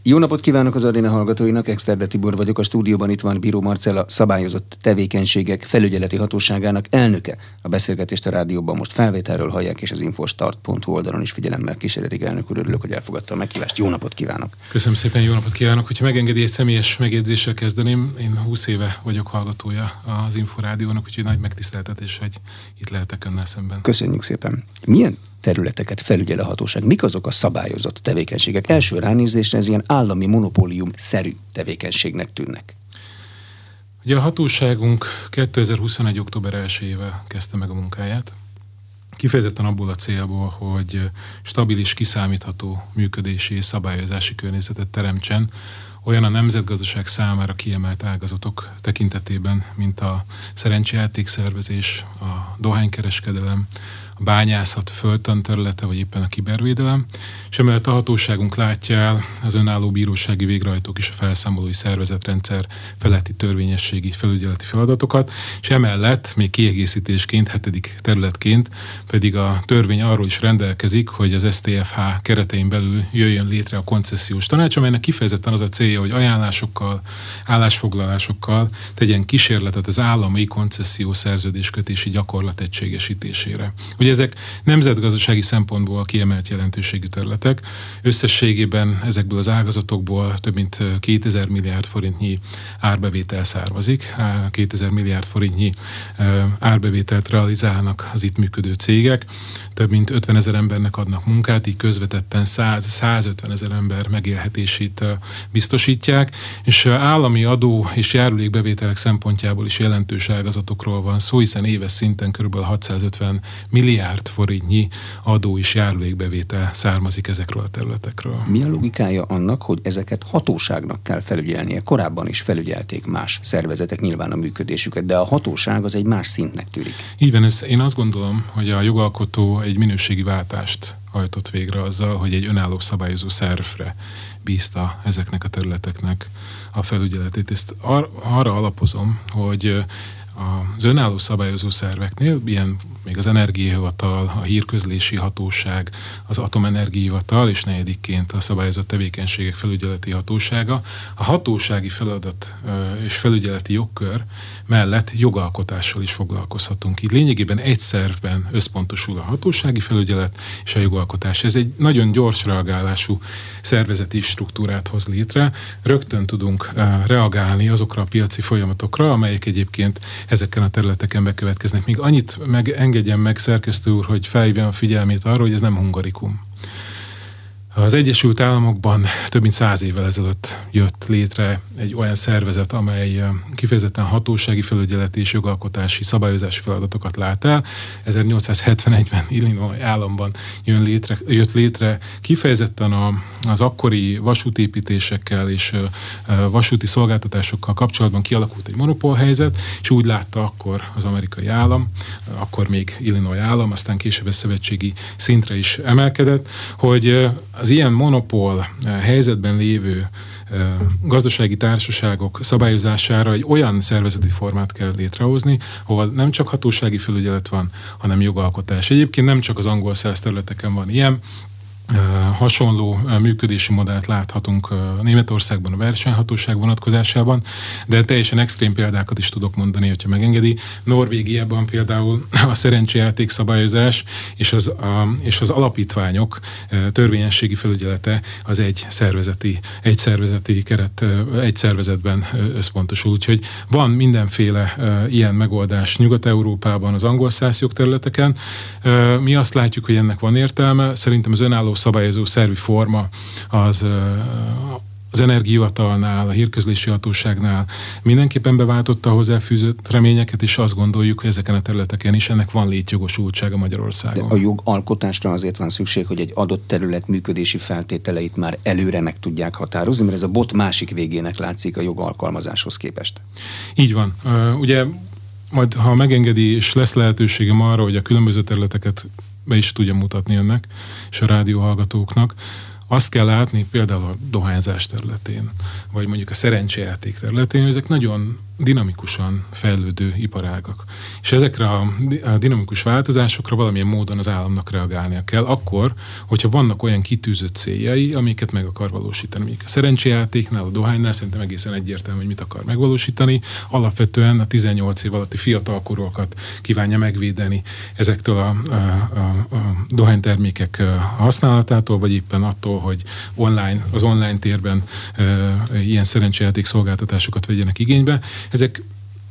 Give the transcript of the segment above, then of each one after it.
Jó napot kívánok az Arena hallgatóinak, Exterde Tibor vagyok, a stúdióban itt van Bíró Marcella, szabályozott tevékenységek felügyeleti hatóságának elnöke. A beszélgetést a rádióban most felvételről hallják, és az infostart.hu oldalon is figyelemmel kísérletik. Elnök úr, örülök, hogy elfogadta a meghívást. Jó napot kívánok! Köszönöm szépen, jó napot kívánok! Hogyha megengedi, egy személyes megjegyzéssel kezdeném. Én 20 éve vagyok hallgatója az Inforádiónak, úgyhogy nagy megtiszteltetés, hogy itt lehetek önnel szemben. Köszönjük szépen! Milyen területeket felügyel a hatóság? Mik azok a szabályozott tevékenységek? Első ránézésre ez ilyen állami monopólium-szerű tevékenységnek tűnnek. Ugye a hatóságunk 2021. október 1-ével kezdte meg a munkáját. Kifejezetten abból a célból, hogy stabil és kiszámítható működési és szabályozási környezetet teremtsen, olyan a nemzetgazdaság számára kiemelt ágazatok tekintetében, mint a szerencsejátékszervezés, a dohánykereskedelem, a bányászat földtan területe, vagy éppen a kibervédelem, és emellett a hatóságunk látja el az önálló bírósági végrehajtók és a felszámolói szervezetrendszer feletti törvényességi felügyeleti feladatokat, és emellett még kiegészítésként, 7. területként pedig a törvény arról is rendelkezik, hogy az STFH keretein belül jöjjön létre a koncesziós tanács, amelynek kifejezetten az a célja, hogy ajánlásokkal, állásfoglalásokkal tegyen kísérletet az állami koncessziós szerződéskötési gyakorlat egységesítésére. Ugye ezek nemzetgazdasági szempontból kiemelt jelentőségű területek. Összességében ezekből az ágazatokból több mint 2000 milliárd forintnyi árbevétel származik. 2000 milliárd forintnyi árbevételt realizálnak az itt működő cégek. Több mint 50 000 embernek adnak munkát, így közvetetten 150 000 ember megélhetését biztosítják, és állami adó és járulékbevételek szempontjából is jelentős ágazatokról van szó, hiszen éves szinten kb. 650 milliárd forintnyi adó és járulékbevétel származik ezekről a területekről. Mi a logikája annak, hogy ezeket hatóságnak kell felügyelnie? Korábban is felügyelték más szervezetek nyilván a működésüket, de a hatóság az egy más szintnek tűnik. Így van, én azt gondolom, hogy a jogalkotó egy minőségi váltást hajtott végre azzal, hogy egy önálló szabályozó szervre bízta ezeknek a területeknek a felügyeletét. Ezt arra alapozom, hogy az önálló szabályozó szerveknél, ilyen még az Energiahivatal, a Hírközlési Hatóság, az Atomenergiahivatal, és negyedikként a szabályozott tevékenységek felügyeleti hatósága, a hatósági feladat és felügyeleti jogkör mellett jogalkotással is foglalkozhatunk. Így lényegében egy szervben összpontosul a hatósági felügyelet és a jogalkotás. Ez egy nagyon gyors reagálású szervezeti struktúrát hoz létre. Rögtön tudunk reagálni azokra a piaci folyamatokra, amelyek egyébként ezeken a területeken bekövetkeznek. Még annyit engedjen meg, szerkesztő úr, hogy felhívjam a figyelmét arra, hogy ez nem hungarikum. Az Egyesült Államokban több mint 100 évvel ezelőtt jött létre egy olyan szervezet, amely kifejezetten hatósági felügyeleti és jogalkotási szabályozási feladatokat lát el. 1871-ben Illinois államban jött létre kifejezetten az akkori vasútépítésekkel és vasúti szolgáltatásokkal kapcsolatban kialakult egy monopólhelyzet, és úgy látta akkor az amerikai állam, akkor még Illinois állam, aztán később a szövetségi szintre is emelkedett, hogy az ilyen monopól helyzetben lévő gazdasági társaságok szabályozására egy olyan szervezeti formát kell létrehozni, ahol nem csak hatósági felügyelet van, hanem jogalkotás. Egyébként nem csak az angol száz területeken van ilyen, hasonló működési modellt láthatunk Németországban a versenyhatóság vonatkozásában, de teljesen extrém példákat is tudok mondani, hogyha megengedi. Norvégiában például a szerencsejáték szabályozás és az alapítványok törvényességi felügyelete az egy szervezeti keret, egy szervezetben összpontosul. Úgyhogy van mindenféle ilyen megoldás Nyugat-Európában, az angol száz jogterületeken. Mi azt látjuk, hogy ennek van értelme. Szerintem az önálló szabályozó szervi forma az Energiahivatalnál, a Hírközlési Hatóságnál mindenképpen beváltotta a hozzáfűzött reményeket, és azt gondoljuk, hogy ezeken a területeken is ennek van létjogosultsága Magyarországon. De a jogalkotásra azért van szükség, hogy egy adott terület működési feltételeit már előre meg tudják határozni, mert ez a bot másik végének látszik a jogalkalmazáshoz képest. Így van. Ugye majd, ha megengedi, és lesz lehetőségem arra, hogy a különböző területeket be is tudja mutatni önnek, és a rádióhallgatóknak, azt kell látni például a dohányzás területén, vagy mondjuk a szerencsejáték területén, hogy ezek nagyon dinamikusan fejlődő iparágak. És ezekre a dinamikus változásokra valamilyen módon az államnak reagálnia kell, akkor, hogyha vannak olyan kitűzött céljai, amiket meg akar valósítani. Mondjuk a szerencsejátéknál, a dohánynál szerintem egészen egyértelmű, hogy mit akar megvalósítani. Alapvetően a 18 év alatti fiatalkorúakat kívánja megvédeni ezektől a dohánytermékek használatától, vagy éppen attól, hogy az online térben ilyen szerencsejáték szolgáltatásokat vegyenek igénybe. Ezek,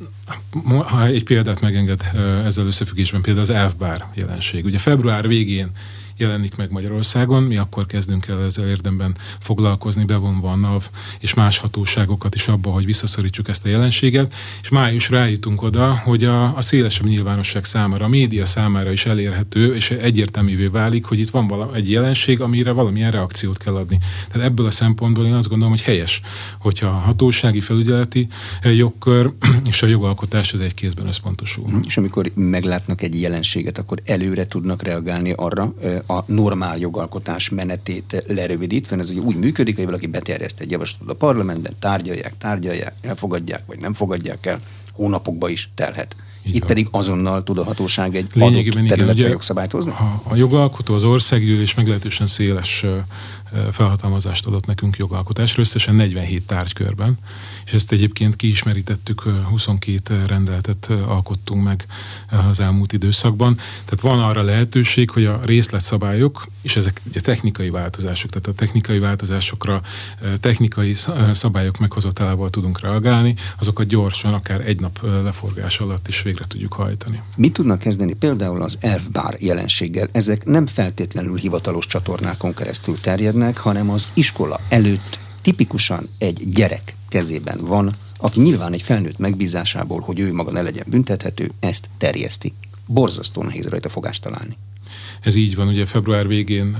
ha egy példát megenged ezzel összefüggésben, például az elfbár jelenség. Ugye február végén jelenik meg Magyarországon, mi akkor kezdünk el ezzel érdemben foglalkozni, bevonva a NAV és más hatóságokat is abba, hogy visszaszorítsuk ezt a jelenséget, és májusra eljutunk oda, hogy a szélesebb nyilvánosság számára, a média számára is elérhető, és egyértelművé válik, hogy itt van egy jelenség, amire valamilyen reakciót kell adni. Tehát ebből a szempontból én azt gondolom, hogy helyes, hogyha a hatósági felügyeleti jogkör és a jogalkotás az egy kézben összpontosul. És amikor meglátnak egy jelenséget, akkor előre tudnak reagálni arra, a normál jogalkotás menetét lerövidítve, ez ugye úgy működik, hogy valaki beterjeszt egy javaslatot a parlamentben, tárgyalják, elfogadják, vagy nem fogadják el, hónapokba is telhet. Így itt van. Pedig azonnal tud a hatóság egy adott területre jogszabályt hozni? A jogalkotó, az országgyűlés meglehetősen széles felhatalmazást adott nekünk jogalkotásra, összesen 47 tárgykörben, és ezt egyébként kiismerítettük, 22 rendeletet alkottunk meg az elmúlt időszakban. Tehát van arra lehetőség, hogy a részletszabályok, és ezek ugye technikai változások, tehát a technikai változásokra, technikai szabályok meghozatalával tudunk reagálni, azokat gyorsan, akár egy nap leforgás alatt is végre tudjuk hajtani. Mit tudnak kezdeni például az elfbár jelenséggel? Ezek nem feltétlenül hivatalos csatornákon keresztül terjednek, hanem az iskola előtt tipikusan egy gyerek kezében van, aki nyilván egy felnőtt megbízásából, hogy ő maga ne legyen büntethető, ezt terjeszti. Borzasztó nehéz rajta fogást találni. Ez így van, ugye február végén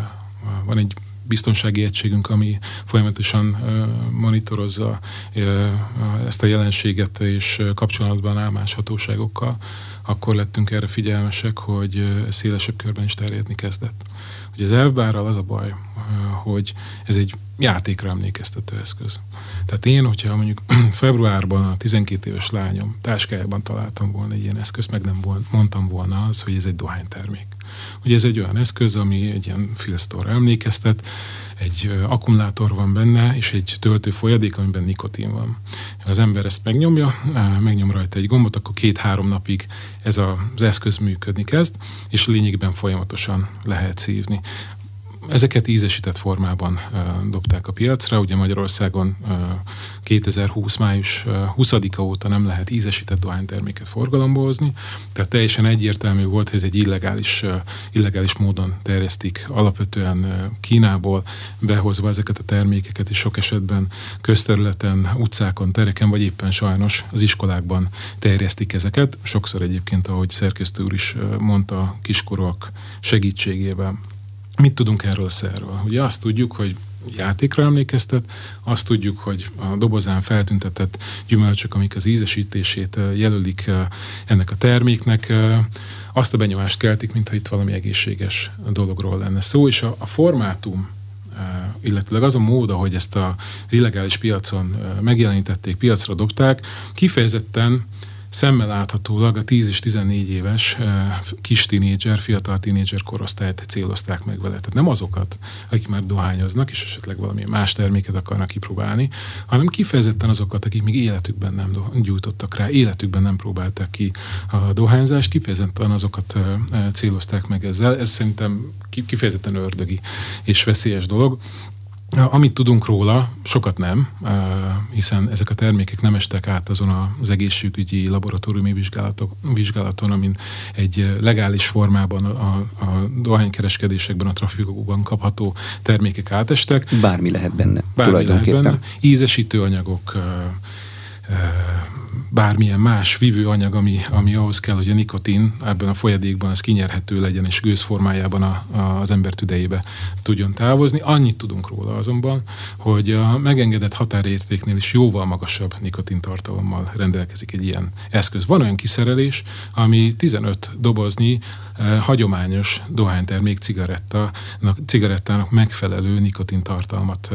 van egy biztonsági egységünk, ami folyamatosan monitorozza ezt a jelenséget, és kapcsolatban áll más hatóságokkal. Akkor lettünk erre figyelmesek, hogy szélesebb körben is terjedni kezdett. Ugye az elfbárral az a baj, hogy ez egy játékra emlékeztető eszköz. Tehát én, hogyha mondjuk februárban a 12 éves lányom táskájában találtam volna egy ilyen eszközt, meg nem mondtam volna az, hogy ez egy dohánytermék. Ugye ez egy olyan eszköz, ami egy ilyen filztorra emlékeztet, egy akkumulátor van benne, és egy töltő folyadék, amiben nikotin van. Az ember ezt megnyom rajta egy gombot, akkor 2-3 napig ez az eszköz működni kezd, és lényegben folyamatosan lehet szívni. Ezeket ízesített formában dobták a piacra. Ugye Magyarországon 2020. május 20-a óta nem lehet ízesített dohányterméket forgalomba hozni, tehát teljesen egyértelmű volt, hogy ez egy illegális módon terjesztik, alapvetően Kínából behozva ezeket a termékeket, és sok esetben közterületen, utcákon, tereken, vagy éppen sajnos az iskolákban terjesztik ezeket. Sokszor egyébként, ahogy szerkesztő úr is mondta, kiskorúak segítségével. Mit tudunk erről a szerről? Ugye azt tudjuk, hogy játékra emlékeztet, azt tudjuk, hogy a dobozán feltüntetett gyümölcsök, amik az ízesítését jelölik ennek a terméknek, azt a benyomást keltik, mintha itt valami egészséges dologról lenne szó, és a formátum, illetőleg az a mód, ahogy ezt az illegális piacon megjelenítették, piacra dobták, kifejezetten szemmel láthatólag a 10 és 14 éves fiatal tínédzser korosztályt célozták meg vele. Tehát nem azokat, akik már dohányoznak, és esetleg valami más terméket akarnak kipróbálni, hanem kifejezetten azokat, akik még életükben nem gyújtottak rá, életükben nem próbálták ki a dohányzást, kifejezetten azokat célozták meg ezzel. Ez szerintem kifejezetten ördögi és veszélyes dolog. Amit tudunk róla, sokat nem, hiszen ezek a termékek nem estek át azon az egészségügyi laboratóriumi vizsgálaton, amin egy legális formában a dohánykereskedésekben, a trafikokban kapható termékek átestek. Bármi lehet benne, tulajdonképpen. Ízesítőanyagok, bármilyen más vívőanyag, ami ahhoz kell, hogy a nikotin ebben a folyadékban az kinyerhető legyen, és gőzformájában az ember tüdejébe tudjon távozni. Annyit tudunk róla azonban, hogy a megengedett határértéknél is jóval magasabb nikotintartalommal rendelkezik egy ilyen eszköz. Van olyan kiszerelés, ami 15 doboznyi hagyományos dohánytermék cigarettának megfelelő nikotintartalmat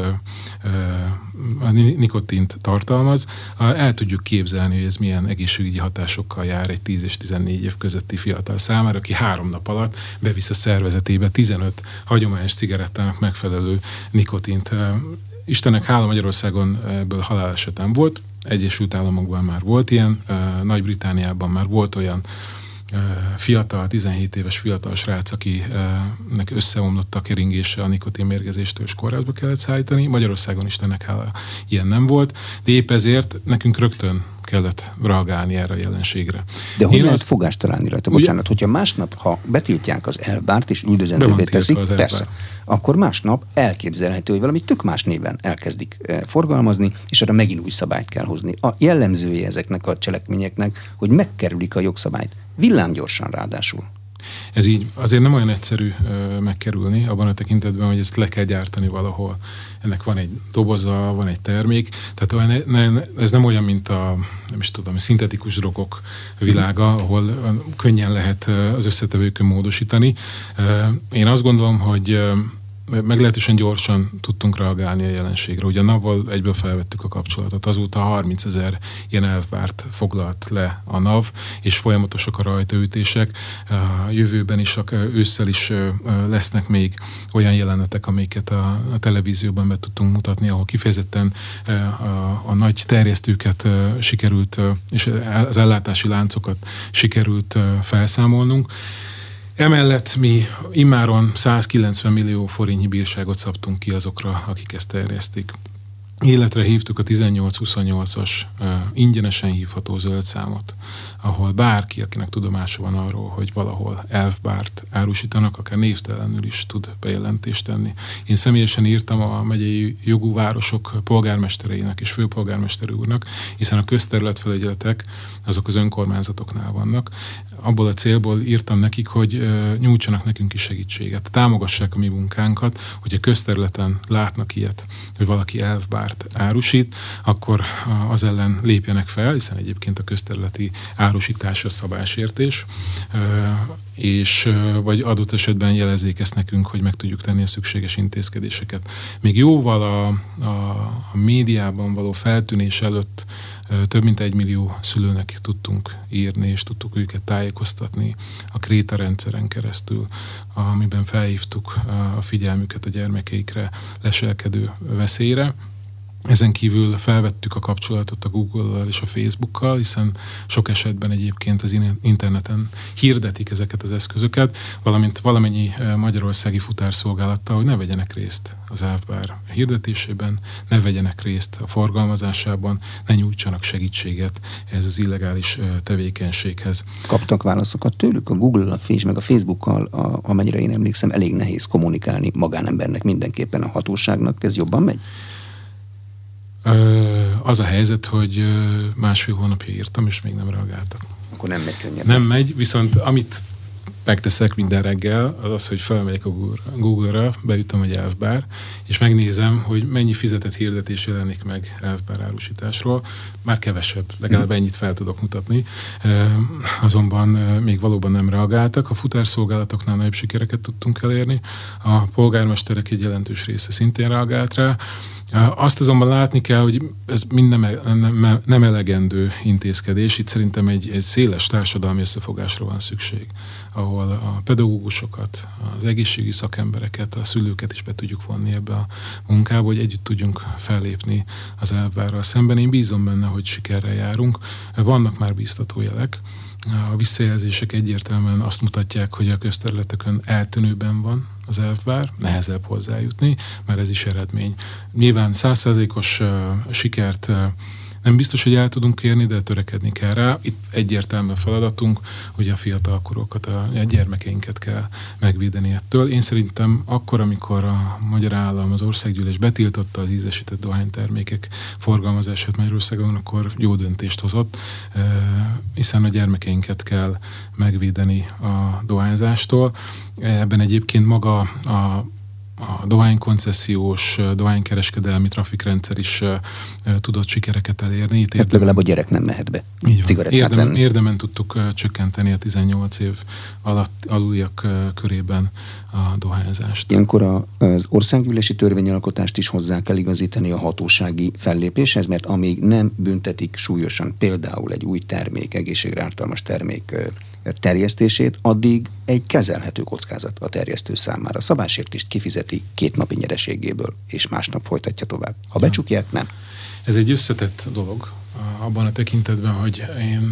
nikotint tartalmaz. El tudjuk képzelni, hogy ez milyen egészségügyi hatásokkal jár egy 10 és 14 év közötti fiatal számára, aki 3 nap alatt bevisz a szervezetébe 15 hagyományos cigarettának megfelelő nikotint. Istennek hála, Magyarországon ebből halálesetem volt, Egyesült Államokban már volt ilyen, Nagy-Britanniában már volt olyan fiatal, 17 éves fiatal srác, akinek összeomlott a keringése a nikotinmérgezéstől, és kórházba kellett szállítani. Magyarországon Istennek hála ilyen nem volt, de épp ezért nekünk rögtön kellett reagálni erre a jelenségre. De hogy lehet fogást találni rajta? Bocsánat, hogyha másnap, ha betiltják az elfbárt és üldözendővé teszik, persze, akkor másnap elképzelhető, hogy valami tök más néven elkezdik forgalmazni, és arra megint új szabályt kell hozni. A jellemzője ezeknek a cselekményeknek, hogy megkerülik a jogszabályt. Villámgyorsan ráadásul. Ez így azért nem olyan egyszerű megkerülni, abban a tekintetben, hogy ezt le kell gyártani valahol. Ennek van egy doboza, van egy termék, tehát ez nem olyan, mint a szintetikus drogok világa, ahol könnyen lehet az összetevőkön módosítani. Én azt gondolom, hogy meglehetősen gyorsan tudtunk reagálni a jelenségre. Ugye a NAV-val egyből felvettük a kapcsolatot. Azóta 30 000 ilyen elfbárt foglalt le a NAV, és folyamatosak a rajtaütések. A jövőben is, ősszel is lesznek még olyan jelenetek, amiket a televízióban be tudtunk mutatni, ahol kifejezetten a nagy terjesztőket sikerült, és az ellátási láncokat sikerült felszámolnunk. Emellett mi immáron 190 millió forintnyi bírságot szabtunk ki azokra, akik ezt terjesztik. Életre hívtuk a 1828-as ingyenesen hívható zöld számot, ahol bárki, akinek tudomása van arról, hogy valahol elfbárt árusítanak, akár névtelenül is tud bejelentést tenni. Én személyesen írtam a megyei jogú városok polgármestereinek és főpolgármester úrnak, hiszen a közterületfelügyeletek azok az önkormányzatoknál vannak. Abból a célból írtam nekik, hogy nyújtsanak nekünk is segítséget, támogassák a mi munkánkat, hogy a közterületen látnak ilyet, hogy valaki elfbárt árusít, akkor az ellen lépjenek fel, hiszen egyébként a közterületi árusítás a szabálysértés, és vagy adott esetben jelezzék ezt nekünk, hogy meg tudjuk tenni a szükséges intézkedéseket. Még jóval a médiában való feltűnés előtt több mint 1 millió szülőnek tudtunk írni, és tudtuk őket tájékoztatni a Kréta rendszeren keresztül, amiben felhívtuk a figyelmüket a gyermekeikre leselkedő veszélyre. Ezen kívül felvettük a kapcsolatot a Google-lal és a Facebookkal, hiszen sok esetben egyébként az interneten hirdetik ezeket az eszközöket, valamint valamennyi magyarországi futárszolgálattal, hogy ne vegyenek részt az elfbár hirdetésében, ne vegyenek részt a forgalmazásában, ne nyújtsanak segítséget ez az illegális tevékenységhez. Kaptak válaszokat tőlük? A Google-al, meg a Facebookkal, amennyire én emlékszem, elég nehéz kommunikálni magánembernek, mindenképpen a hatóságnak. Ez jobban megy? Az a helyzet, hogy 1,5 hónapja írtam, és még nem reagáltak. Akkor nem megy könnyebben. Nem megy, viszont amit megteszek minden reggel, az, hogy felmegyek a Google-ra, beütöm egy elfbár, és megnézem, hogy mennyi fizetett hirdetés jelenik meg elfbár árusításról. Már kevesebb, legalább ennyit fel tudok mutatni. Azonban még valóban nem reagáltak. A futárszolgálatoknál nagyobb sikereket tudtunk elérni. A polgármesterek egy jelentős része szintén reagált rá. Azt azonban látni kell, hogy ez mind nem elegendő intézkedés. Itt szerintem egy széles társadalmi összefogásra van szükség, ahol a pedagógusokat, az egészségügyi szakembereket, a szülőket is be tudjuk vonni ebbe a munkába, hogy együtt tudjunk fellépni az elfbárral szemben. Én bízom benne, hogy sikerrel járunk. Vannak már biztató jelek. A visszajelzések egyértelműen azt mutatják, hogy a közterületeken eltűnőben van az elfbár, nehezebb hozzájutni, mert ez is eredmény. Nyilván 100%-os sikert Nem biztos, hogy el tudunk érni, de törekedni kell rá. Itt egyértelmű feladatunk, hogy a fiatalkorokat, a gyermekeinket kell megvédeni ettől. Én szerintem akkor, amikor a magyar állam, az országgyűlés betiltotta az ízesített dohánytermékek forgalmazását Magyarországon, akkor jó döntést hozott, hiszen a gyermekeinket kell megvédeni a dohányzástól. Ebben egyébként maga a dohánykoncesziós, dohánykereskedelmi trafikrendszer is tudott sikereket elérni. Hát legalább a gyerek nem mehet be cigarettát venni. Érdemen tudtuk csökkenteni a 18 év aluliak körében a dohányzást. Ilyenkor az országgyűlési törvényalkotást is hozzá kell igazítani a hatósági fellépéshez, mert amíg nem büntetik súlyosan például egy új termék, egészségre ártalmas termék terjesztését, addig egy kezelhető kockázat a terjesztő számára. A szabálysértést kifizeti 2 napi nyereségéből, és másnap folytatja tovább. Ha becsukják, nem. Ez egy összetett dolog abban a tekintetben, hogy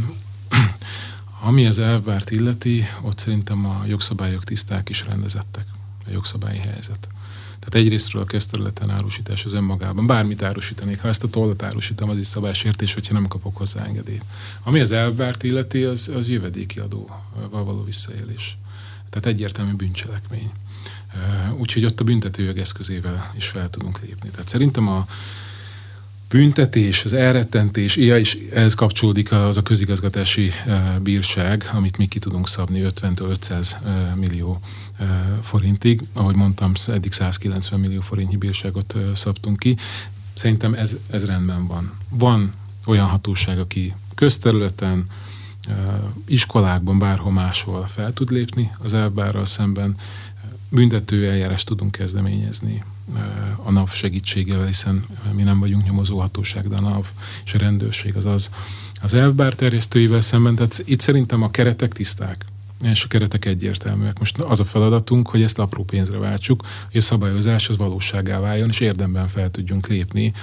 ami az elvárt illeti, ott szerintem a jogszabályok tiszták és rendezettek, a jogszabályi helyzet. Tehát egyrésztről a közterületen árusítás az önmagában. Bármit árusítanék, ha ezt a tollat árusítom, az is szabálysértés, hogyha nem kapok hozzá engedélyt. Ami az elvárt illeti, az jövedéki adóval való visszaélés. Tehát egyértelmű bűncselekmény. Úgyhogy ott a büntetőjog eszközével is fel tudunk lépni. Tehát szerintem a büntetés, az elrettentés, és ehhez kapcsolódik az a közigazgatási bírság, amit mi ki tudunk szabni 50-től 500 millió forintig. Ahogy mondtam, eddig 190 millió forintnyi bírságot szabtunk ki. Szerintem ez rendben van. Van olyan hatóság, aki közterületen, iskolákban, bárhol máshol fel tud lépni az elvárral szemben. Büntető eljárást tudunk kezdeményezni a NAV segítségével, hiszen mi nem vagyunk nyomozó hatóság, de a NAV és a rendőrség az elvbár terjesztőivel szemben. Tehát itt szerintem a keretek tiszták, és a keretek egyértelműek. Most az a feladatunk, hogy ezt apró pénzre váltsuk, hogy a szabályozás az valóságá váljon, és érdemben fel tudjunk lépni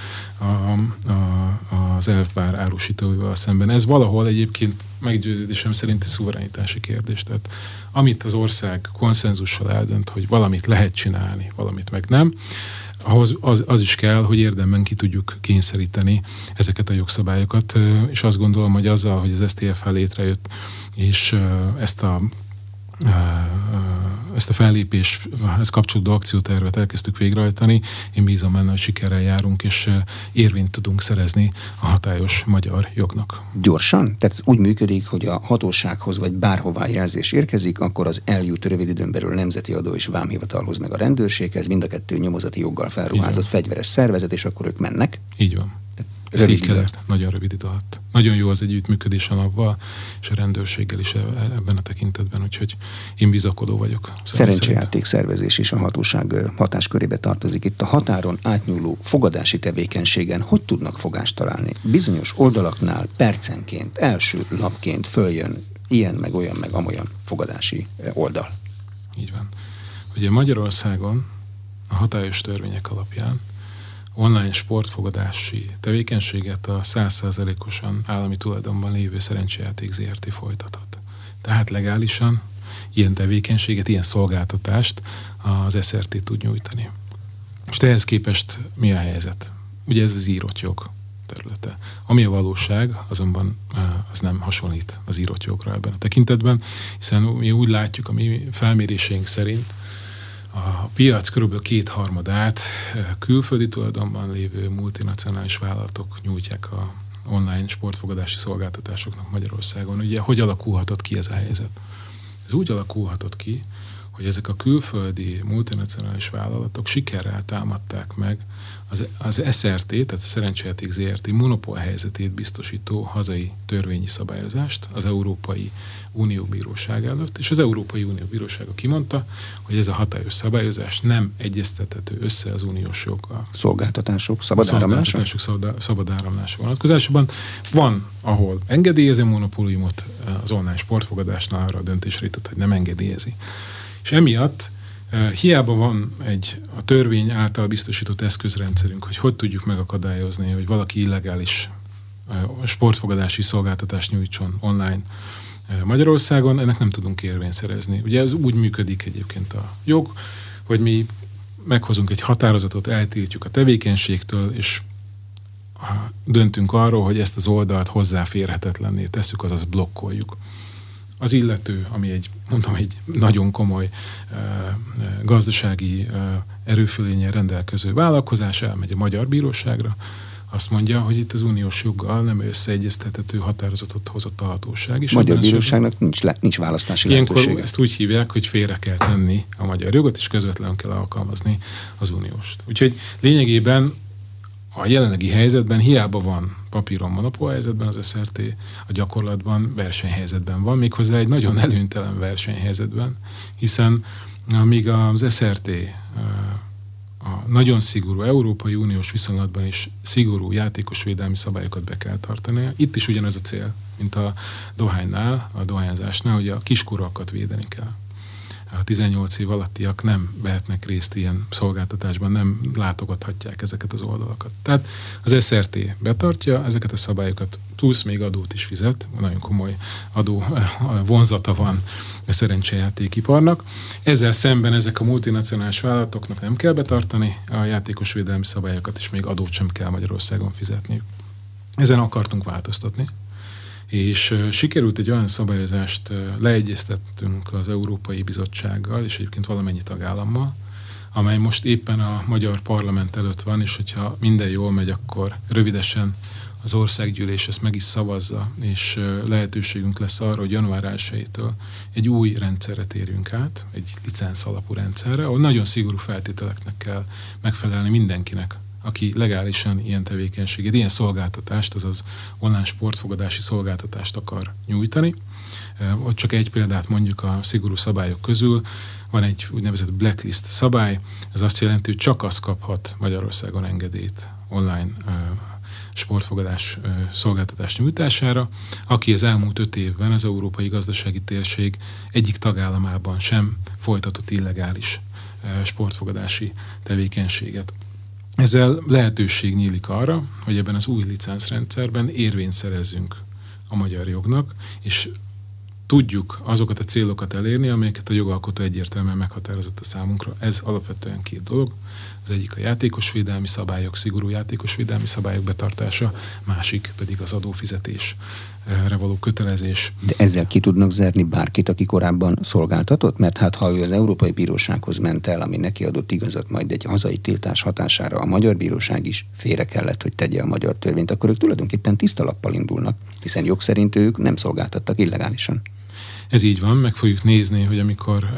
az elvbár árusítóival szemben. Ez valahol egyébként meggyőződésem szerinti szuverenitási kérdés. Tehát amit az ország konszenzussal eldönt, hogy valamit lehet csinálni, valamit meg nem, ahhoz az is kell, hogy érdemben ki tudjuk kényszeríteni ezeket a jogszabályokat, és azt gondolom, hogy azzal, hogy az STFH létrejött, és ezt a fellépéshez kapcsolódó akciótervet elkezdtük végrehajtani, én bízom benne, hogy sikerrel járunk, és érvényt tudunk szerezni a hatályos magyar jognak. Gyorsan? Tehát ez úgy működik, hogy a hatósághoz vagy bárhová jelzés érkezik, akkor az eljut rövid időn belül a Nemzeti Adó és Vámhivatalhoz, meg a rendőrséghez, mind a kettő nyomozati joggal felruházott fegyveres szervezet, és akkor ők mennek. Így van. Ezt így kellett, nagyon rövid idő alatt. Nagyon jó az együttműködés a NAV-val és a rendőrséggel is ebben a tekintetben, úgyhogy én bizakodó vagyok. Szerencsejáték szervezés is a hatóság hatáskörébe tartozik. Itt a határon átnyúló fogadási tevékenységen hogy tudnak fogást találni? Bizonyos oldalaknál percenként, első lapként följön ilyen, meg olyan, meg amolyan fogadási oldal. Így van. Ugye Magyarországon a hatályos törvények alapján online sportfogadási tevékenységet a 100%-osan állami tulajdonban lévő Szerencsejáték Zrt. Folytathat. Tehát legálisan ilyen tevékenységet, ilyen szolgáltatást az SRT tud nyújtani. És ehhez képest mi a helyzet? Ugye ez az írott jog területe. Ami a valóság, azonban az nem hasonlít az írott jogra ebben a tekintetben, hiszen mi úgy látjuk, a mi felméréseink szerint a piac kb. 2/3 külföldi tulajdonban lévő multinacionális vállalatok nyújtják a online sportfogadási szolgáltatásoknak Magyarországon. Ugye hogy alakulhatott ki ez a helyzet? Ez úgy alakulhatott ki, hogy ezek a külföldi multinacionális vállalatok sikerrel támadták meg az SRT, tehát a Szerencsejáték Zrt. Monopól helyzetét biztosító hazai törvényi szabályozást az Európai Unió Bíróság előtt, és az Európai Unió Bírósága kimondta, hogy ez a hatályos szabályozás nem egyeztethető össze az uniós joggal. Szolgáltatások szabad áramlása? Szabad áramlása vonatkozásában. Van, ahol engedélyezi a monopóliumot, az online sportfogadásnál arra a döntésre jutott, hogy nem engedélyezi. És emiatt hiába van a törvény által biztosított eszközrendszerünk, hogy tudjuk megakadályozni, hogy valaki illegális sportfogadási szolgáltatást nyújtson online Magyarországon, ennek nem tudunk érvényt szerezni. Ugye ez úgy működik egyébként a jog, hogy mi meghozunk egy határozatot, eltiltjuk a tevékenységtől, és döntünk arról, hogy ezt az oldalt hozzáférhetetlenné tesszük, azaz blokkoljuk. Az illető, ami egy nagyon komoly gazdasági erőfölénnyel rendelkező vállalkozás, elmegy a magyar bíróságra, azt mondja, hogy itt az uniós joggal nem összeegyeztethető határozatot hozott a hatóság. És magyar bíróságnak nincs választási lehetősége. Ilyenkor ezt úgy hívják, hogy félre kell tenni a magyar jogot, és közvetlenül kell alkalmazni az unióst. Úgyhogy lényegében a jelenlegi helyzetben hiába van papíron monopól-helyzetben az SRT, a gyakorlatban versenyhelyzetben van, méghozzá egy nagyon előnytelen versenyhelyzetben, hiszen amíg az SRT a nagyon szigorú Európai Uniós viszonylatban is szigorú játékosvédelmi szabályokat be kell tartani. Itt is ugyanez a cél, mint a dohánynál, a dohányzásnál, hogy a kiskorokat védeni kell. A 18 év alattiak nem vehetnek részt ilyen szolgáltatásban, nem látogathatják ezeket az oldalakat. Tehát az SRT betartja ezeket a szabályokat, plusz még adót is fizet, nagyon komoly adó vonzata van a szerencsejátékiparnak. Ezzel szemben ezek a multinacionális vállalatoknak nem kell betartani a játékosvédelmi szabályokat, és még adót sem kell Magyarországon fizetniük. Ezen akartunk változtatni. És sikerült egy olyan szabályozást leegyeztettünk az Európai Bizottsággal, és egyébként valamennyi tagállammal, amely most éppen a magyar parlament előtt van, és hogyha minden jól megy, akkor rövidesen az országgyűlés ezt meg is szavazza, és lehetőségünk lesz arra, hogy január 1-től egy új rendszerre térjünk át, egy licenc alapú rendszerre, ahol nagyon szigorú feltételeknek kell megfelelni mindenkinek, aki legálisan ilyen tevékenységet, ilyen szolgáltatást, azaz online sportfogadási szolgáltatást akar nyújtani. Ott csak egy példát mondjuk a szigorú szabályok közül. Van egy úgynevezett blacklist szabály, ez azt jelenti, hogy csak az kaphat Magyarországon engedélyt online sportfogadás szolgáltatás nyújtására, aki az elmúlt 5 évben az Európai Gazdasági Térség egyik tagállamában sem folytatott illegális sportfogadási tevékenységet. Ezzel lehetőség nyílik arra, hogy ebben az új licencrendszerben érvényt szerezzünk a magyar jognak, és tudjuk azokat a célokat elérni, amelyeket a jogalkotó egyértelműen meghatározott a számunkra. Ez alapvetően 2 dolog. Az egyik a játékosvédelmi szabályok, szigorú játékosvédelmi szabályok betartása, másik pedig az adófizetésre való kötelezés. De ezzel ki tudnak zárni bárkit, aki korábban szolgáltatott? Mert hát ha ő az Európai Bírósághoz ment el, ami neki adott igazat majd egy hazai tiltás hatására, a magyar bíróság is félre kellett, hogy tegye a magyar törvényt, akkor ők tulajdonképpen tiszta lappal indulnak, hiszen jog szerint ők nem szolgáltattak illegálisan. Ez így van, meg fogjuk nézni, hogy amikor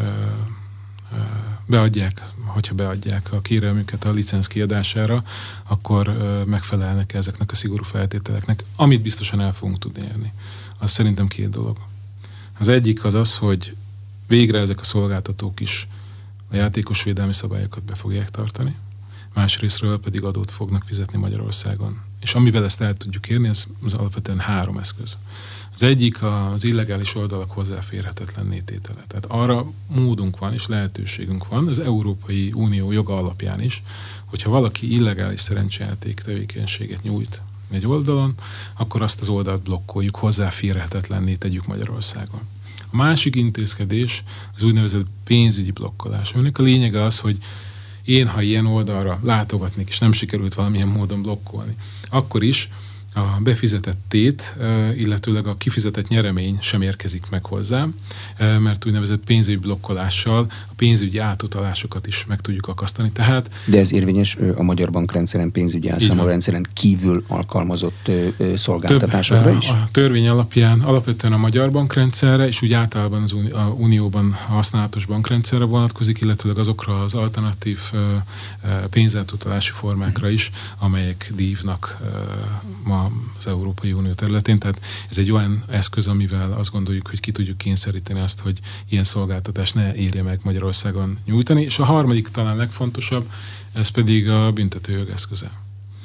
hogyha beadják a kérelmüket a licenc kiadására, akkor megfelelnek ezeknek a szigorú feltételeknek, amit biztosan el fogunk tudni érni. Az szerintem 2 dolog. Az egyik az, hogy végre ezek a szolgáltatók is a játékosvédelmi szabályokat be fogják tartani, másrésztről pedig adót fognak fizetni Magyarországon. És amivel ezt el tudjuk érni, ez alapvetően 3 eszköz. Az egyik az illegális oldalak hozzáférhetetlenné tétele. Tehát arra módunk van és lehetőségünk van az Európai Unió joga alapján is, hogyha valaki illegális szerencsejáték tevékenységet nyújt egy oldalon, akkor azt az oldalt blokkoljuk, hozzáférhetetlenné tegyük Magyarországon. A másik intézkedés az úgynevezett pénzügyi blokkolás, aminek a lényege az, hogy én, ha ilyen oldalra látogatnék, és nem sikerült valamilyen módon blokkolni, akkor is a befizetett tét, illetőleg a kifizetett nyeremény sem érkezik meg hozzám, mert úgynevezett pénzügyi blokkolással a pénzügyi átutalásokat is meg tudjuk akasztani. De ez érvényes a magyar bankrendszeren, pénzügyi elszámolórendszeren kívül alkalmazott szolgáltatásokra is? A törvény alapján alapvetően a magyar bankrendszerre, és úgy általában az Unióban használatos bankrendszerre vonatkozik, illetőleg azokra az alternatív pénzátutalási formákra is, amelyek dívnak ma az Európai Unió területén. Tehát ez egy olyan eszköz, amivel azt gondoljuk, hogy ki tudjuk kényszeríteni azt, hogy ilyen szolgáltatást ne érje meg Magyarországon nyújtani. És a harmadik, talán legfontosabb, ez pedig a büntetőjog eszköze.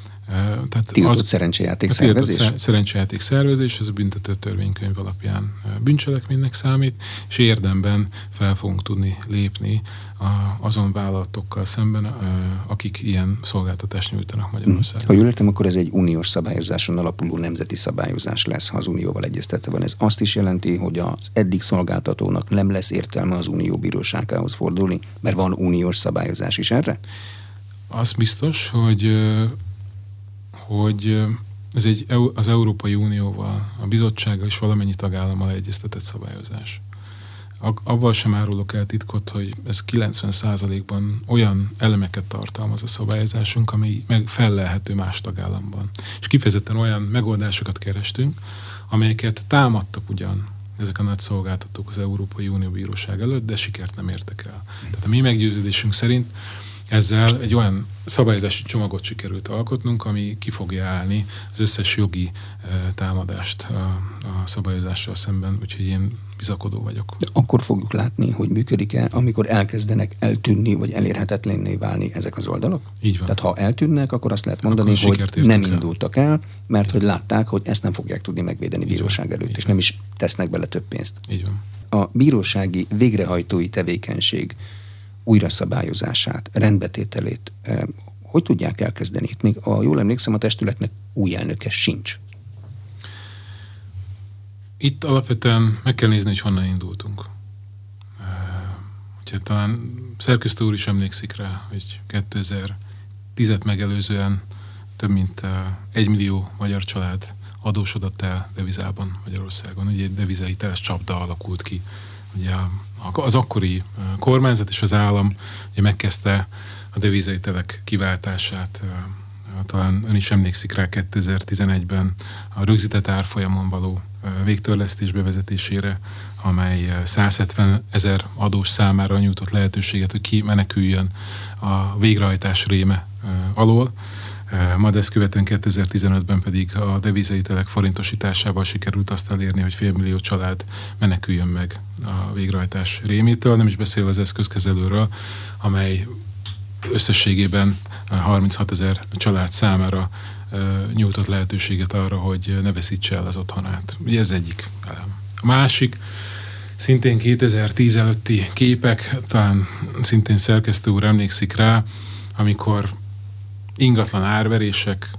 Tiltott szerencsejáték szervezés? Tiltott szerencsejáték szervezés, ez a büntető törvénykönyv alapján bűncselekménynek számít, és érdemben fel fogunk tudni lépni azon vállalatokkal szemben, akik ilyen szolgáltatást nyújtanak Magyarországon. Ha jól értem, akkor ez egy uniós szabályozáson alapuló nemzeti szabályozás lesz, ha az unióval egyeztetve van. Ez azt is jelenti, hogy az eddig szolgáltatónak nem lesz értelme az unió bíróságához fordulni, mert van uniós szabályozás is erre? Az biztos, hogy ez az Európai Unióval, a bizottsággal és valamennyi tagállammal egyeztetett szabályozás. Avval sem árulok el titkot, hogy ez 90%-ban olyan elemeket tartalmaz a szabályozásunk, ami fellelhető más tagállamban. És kifejezetten olyan megoldásokat kerestünk, amelyeket támadtak ugyan ezek a nagy szolgáltatók az Európai Unió bíróság előtt, de sikert nem értek el. Tehát a mi meggyőződésünk szerint ezzel egy olyan szabályozási csomagot sikerült alkotnunk, ami ki fogja állni az összes jogi támadást a szabályozással szemben, úgyhogy én bizakodó vagyok. De akkor fogjuk látni, hogy működik-e, amikor elkezdenek eltűnni, vagy elérhetetlenné válni ezek az oldalak? Így van. Tehát ha eltűnnek, akkor azt lehet mondani, hogy nem indultak el, mert hogy látták, hogy ezt nem fogják tudni megvédeni bíróság előtt, és nem is tesznek bele több pénzt. Így van. A bírósági végrehajtói tevékenység újraszabályozását, rendbetételét hogy tudják elkezdeni? Itt még, jól emlékszem, a testületnek új elnöke sincs. Itt alapvetően meg kell nézni, hogy honnan indultunk. Úgyhogy talán szerkesztő úr is emlékszik rá, hogy 2010-et megelőzően több mint 1 millió magyar család adósodott el devizában Magyarországon. Ugye egy devizahiteles csapda alakult ki. Ugye az akkori kormányzat és az állam ugye megkezdte a devizahitelek kiváltását. Talán ön is emlékszik rá 2011-ben a rögzített árfolyamon való végtörlesztés bevezetésére, amely 170 000 adós számára nyújtott lehetőséget, hogy kimeneküljön a végrehajtás réme alól. Majd ezt követően 2015-ben pedig a devizahitelek forintosításával sikerült azt elérni, hogy 500 000 család meneküljön meg a végrehajtás rémétől, nem is beszélve az eszközkezelőről, amely összességében 36 000 család számára nyújtott lehetőséget arra, hogy ne veszítse el az otthonát. Ugye ez egyik elem. A másik, szintén 2010 előtti képek, talán szintén szerkesztő úr emlékszik rá, amikor ingatlan árverések,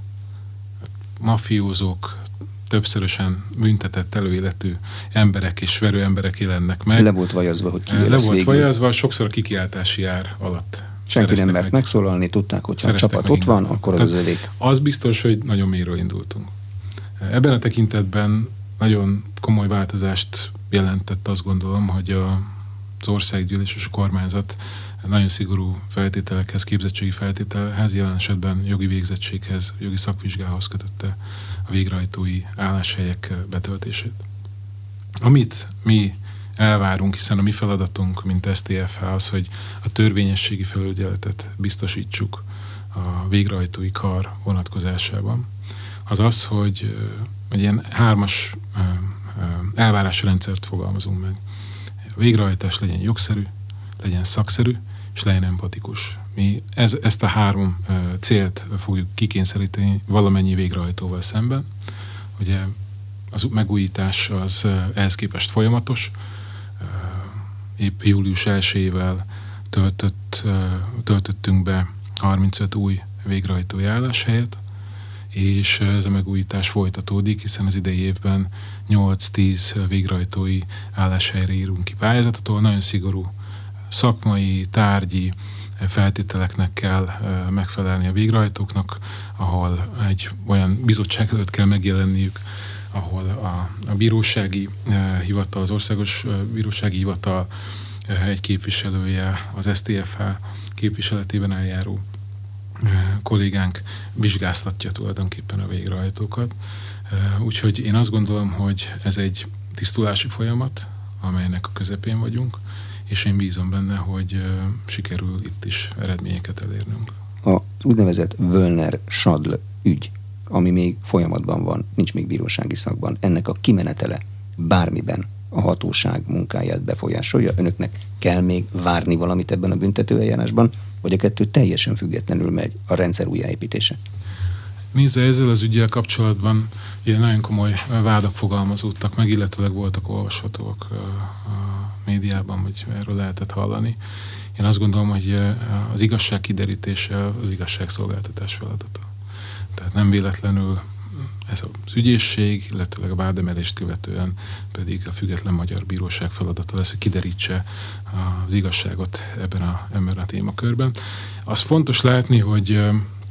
mafiózók, többszörösen büntetett előéletű emberek és verő emberek jelennek meg. Le volt vajazva, hogy ki Le volt vajazva, sokszor a kikiáltási ár alatt. Senki nem mert megszólalni, tudták, hogy ha a csapat ott van, akkor az elég. Az biztos, hogy nagyon mélyről indultunk. Ebben a tekintetben nagyon komoly változást jelentett, azt gondolom, hogy az országgyűlés és a kormányzat nagyon szigorú feltételekhez, képzettségi feltételhez, jelen esetben jogi végzettséghez, jogi szakvizsgához kötötte a végrehajtói álláshelyek betöltését. Amit mi elvárunk, hiszen a mi feladatunk, mint STFH az, hogy a törvényességi felügyeletet biztosítsuk a végrehajtói kar vonatkozásában, az az, hogy egy ilyen 3-as elvárásrendszert fogalmazunk meg. A végrehajtás legyen jogszerű, legyen szakszerű, és legyen empatikus. Mi ezt a 3 célt fogjuk kikényszeríteni valamennyi végrehajtóval szemben. Ugye az megújítás az ehhez képest folyamatos. Épp július 1-ével töltöttünk be 35 új végrehajtói álláshelyet, és ez a megújítás folytatódik, hiszen az idei évben 8-10 végrehajtói álláshelyre írunk ki pályázatot, ahol nagyon szigorú szakmai, tárgyi feltételeknek kell megfelelni a végrehajtóknak, ahol egy olyan bizottság előtt kell megjelenniük, ahol a bírósági hivatal, az Országos Bírósági Hivatal egy képviselője, az STFH képviseletében eljáró kollégánk vizsgáztatja tulajdonképpen a végrehajtókat. Úgyhogy én azt gondolom, hogy ez egy tisztulási folyamat, amelynek a közepén vagyunk, és én bízom benne, hogy sikerül itt is eredményeket elérnünk. A úgynevezett Völner-Sadl ügy, ami még folyamatban van, nincs még bírósági szakban, ennek a kimenetele bármiben a hatóság munkáját befolyásolja? Önöknek kell még várni valamit ebben a büntetőeljárásban, vagy a kettő teljesen függetlenül megy, a rendszer újjáépítése? Nézze, ezzel az üggyel kapcsolatban ilyen nagyon komoly vádak fogalmazódtak meg, illetőleg voltak olvashatóak a médiában, hogy erről lehetett hallani. Én azt gondolom, hogy az igazság kiderítése az igazságszolgáltatás feladata. Tehát nem véletlenül ez az ügyészség, illetőleg a vádemelést követően pedig a független magyar bíróság feladata lesz, hogy kiderítse az igazságot ebben a témakörben. Az fontos látni, hogy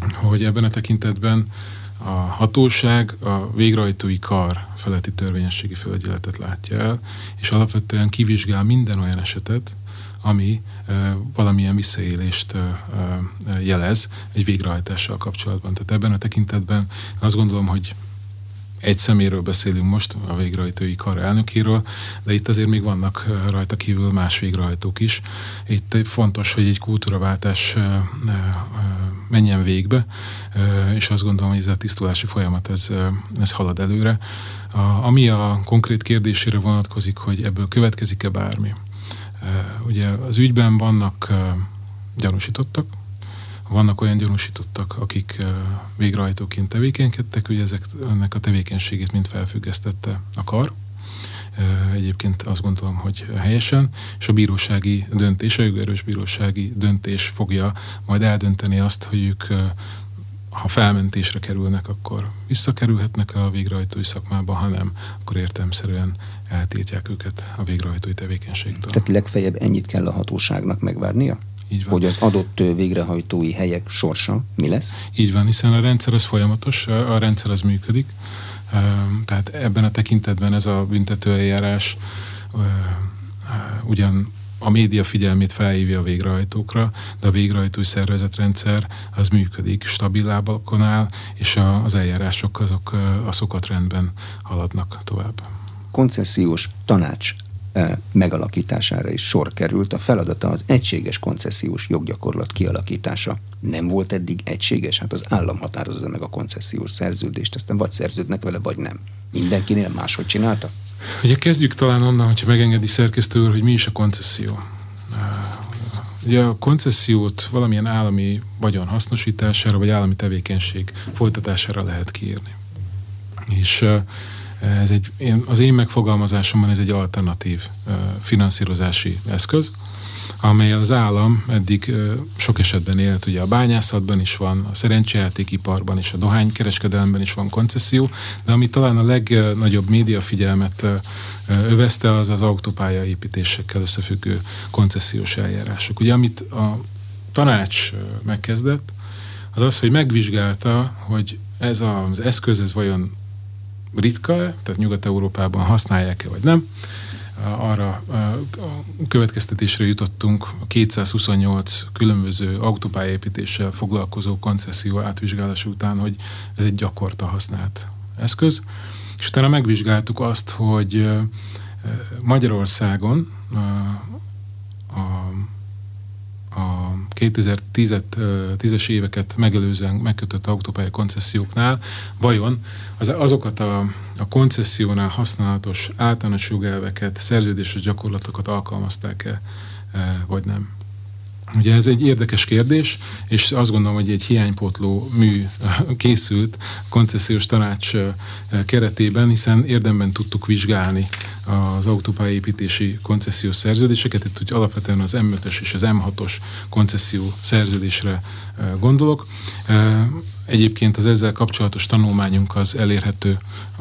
hogy ebben a tekintetben a hatóság a végrehajtói kar feletti törvényességi felügyeletet látja el, és alapvetően kivizsgál minden olyan esetet, ami valamilyen visszaélést jelez egy végrehajtással kapcsolatban. Tehát ebben a tekintetben azt gondolom, hogy egy szeméről beszélünk most, a végrehajtói kar elnökéről, de itt azért még vannak rajta kívül más végrehajtók is. Itt fontos, hogy egy kultúraváltás menjen végbe, és azt gondolom, hogy ez a tisztulási folyamat, ez halad előre. Ami a konkrét kérdésére vonatkozik, hogy ebből következik-e bármi. Ugye az ügyben vannak gyanúsítottak, vannak olyan gyanúsítottak, akik végrehajtóként tevékenykedtek, ugye ennek a tevékenységét mind felfüggesztette a kar. Egyébként azt gondolom, hogy helyesen, és a bírósági döntés, a jogerős bírósági döntés fogja majd eldönteni azt, hogy ők, ha felmentésre kerülnek, akkor visszakerülhetnek a végrehajtói szakmába, ha nem, akkor értelemszerűen eltiltják őket a végrehajtói tevékenységtől. Tehát legfeljebb ennyit kell a hatóságnak megvárnia? Így van. Hogy az adott végrehajtói helyek sorsa mi lesz? Így van, hiszen a rendszer az folyamatos, a rendszer az működik. Tehát ebben a tekintetben ez a büntetőeljárás ugyan a média figyelmét felhívja a végrehajtókra, de a végrehajtói szervezetrendszer az működik, stabil lábakon áll, és az eljárások azok a szokatrendben haladnak tovább. Koncesziós tanács megalakítására is sor került. A feladata az egységes koncesziós joggyakorlat kialakítása. Nem volt eddig egységes? Hát az állam határozza meg a koncesziós szerződést, aztán vagy szerződnek vele, vagy nem. Mindenkinél máshogy csinálta? Ugye kezdjük talán onnan, hogyha megengedi szerkesztő úr, hogy mi is a koncesszió. Ugye a koncessziót valamilyen állami vagyon hasznosítására, vagy állami tevékenység folytatására lehet kiírni. És az én megfogalmazásomban ez egy alternatív finanszírozási eszköz, amelyel az állam eddig sok esetben élt, ugye a bányászatban is van, a szerencsejátékiparban és a dohánykereskedelemben is van koncesszió, de ami talán a legnagyobb médiafigyelmet övezte, az az autópálya építésekkel összefüggő koncesziós eljárások. Ugye amit a tanács megkezdett, az az, hogy megvizsgálta, hogy ez az eszköz, ez vajon ritka, tehát Nyugat-Európában használják-e, vagy nem. Arra a következtetésre jutottunk a 228 különböző autópályaépítéssel foglalkozó koncesszió átvizsgálása után, hogy ez egy gyakorta használt eszköz. És utána megvizsgáltuk azt, hogy Magyarországon a 2010-es éveket megelőzően megkötött autópálya koncesszióknál vajon azokat a koncessziónál használatos általános jogelveket, szerződéses gyakorlatokat alkalmazták-e, vagy nem. Ugye ez egy érdekes kérdés, és azt gondolom, hogy egy hiánypótló mű készült koncesziós tanács keretében, hiszen érdemben tudtuk vizsgálni az autópályaépítési koncesziós szerződéseket. Itt úgy alapvetően az M5-ös és az M6-os koncesszió szerződésre gondolok. Egyébként az ezzel kapcsolatos tanulmányunk az elérhető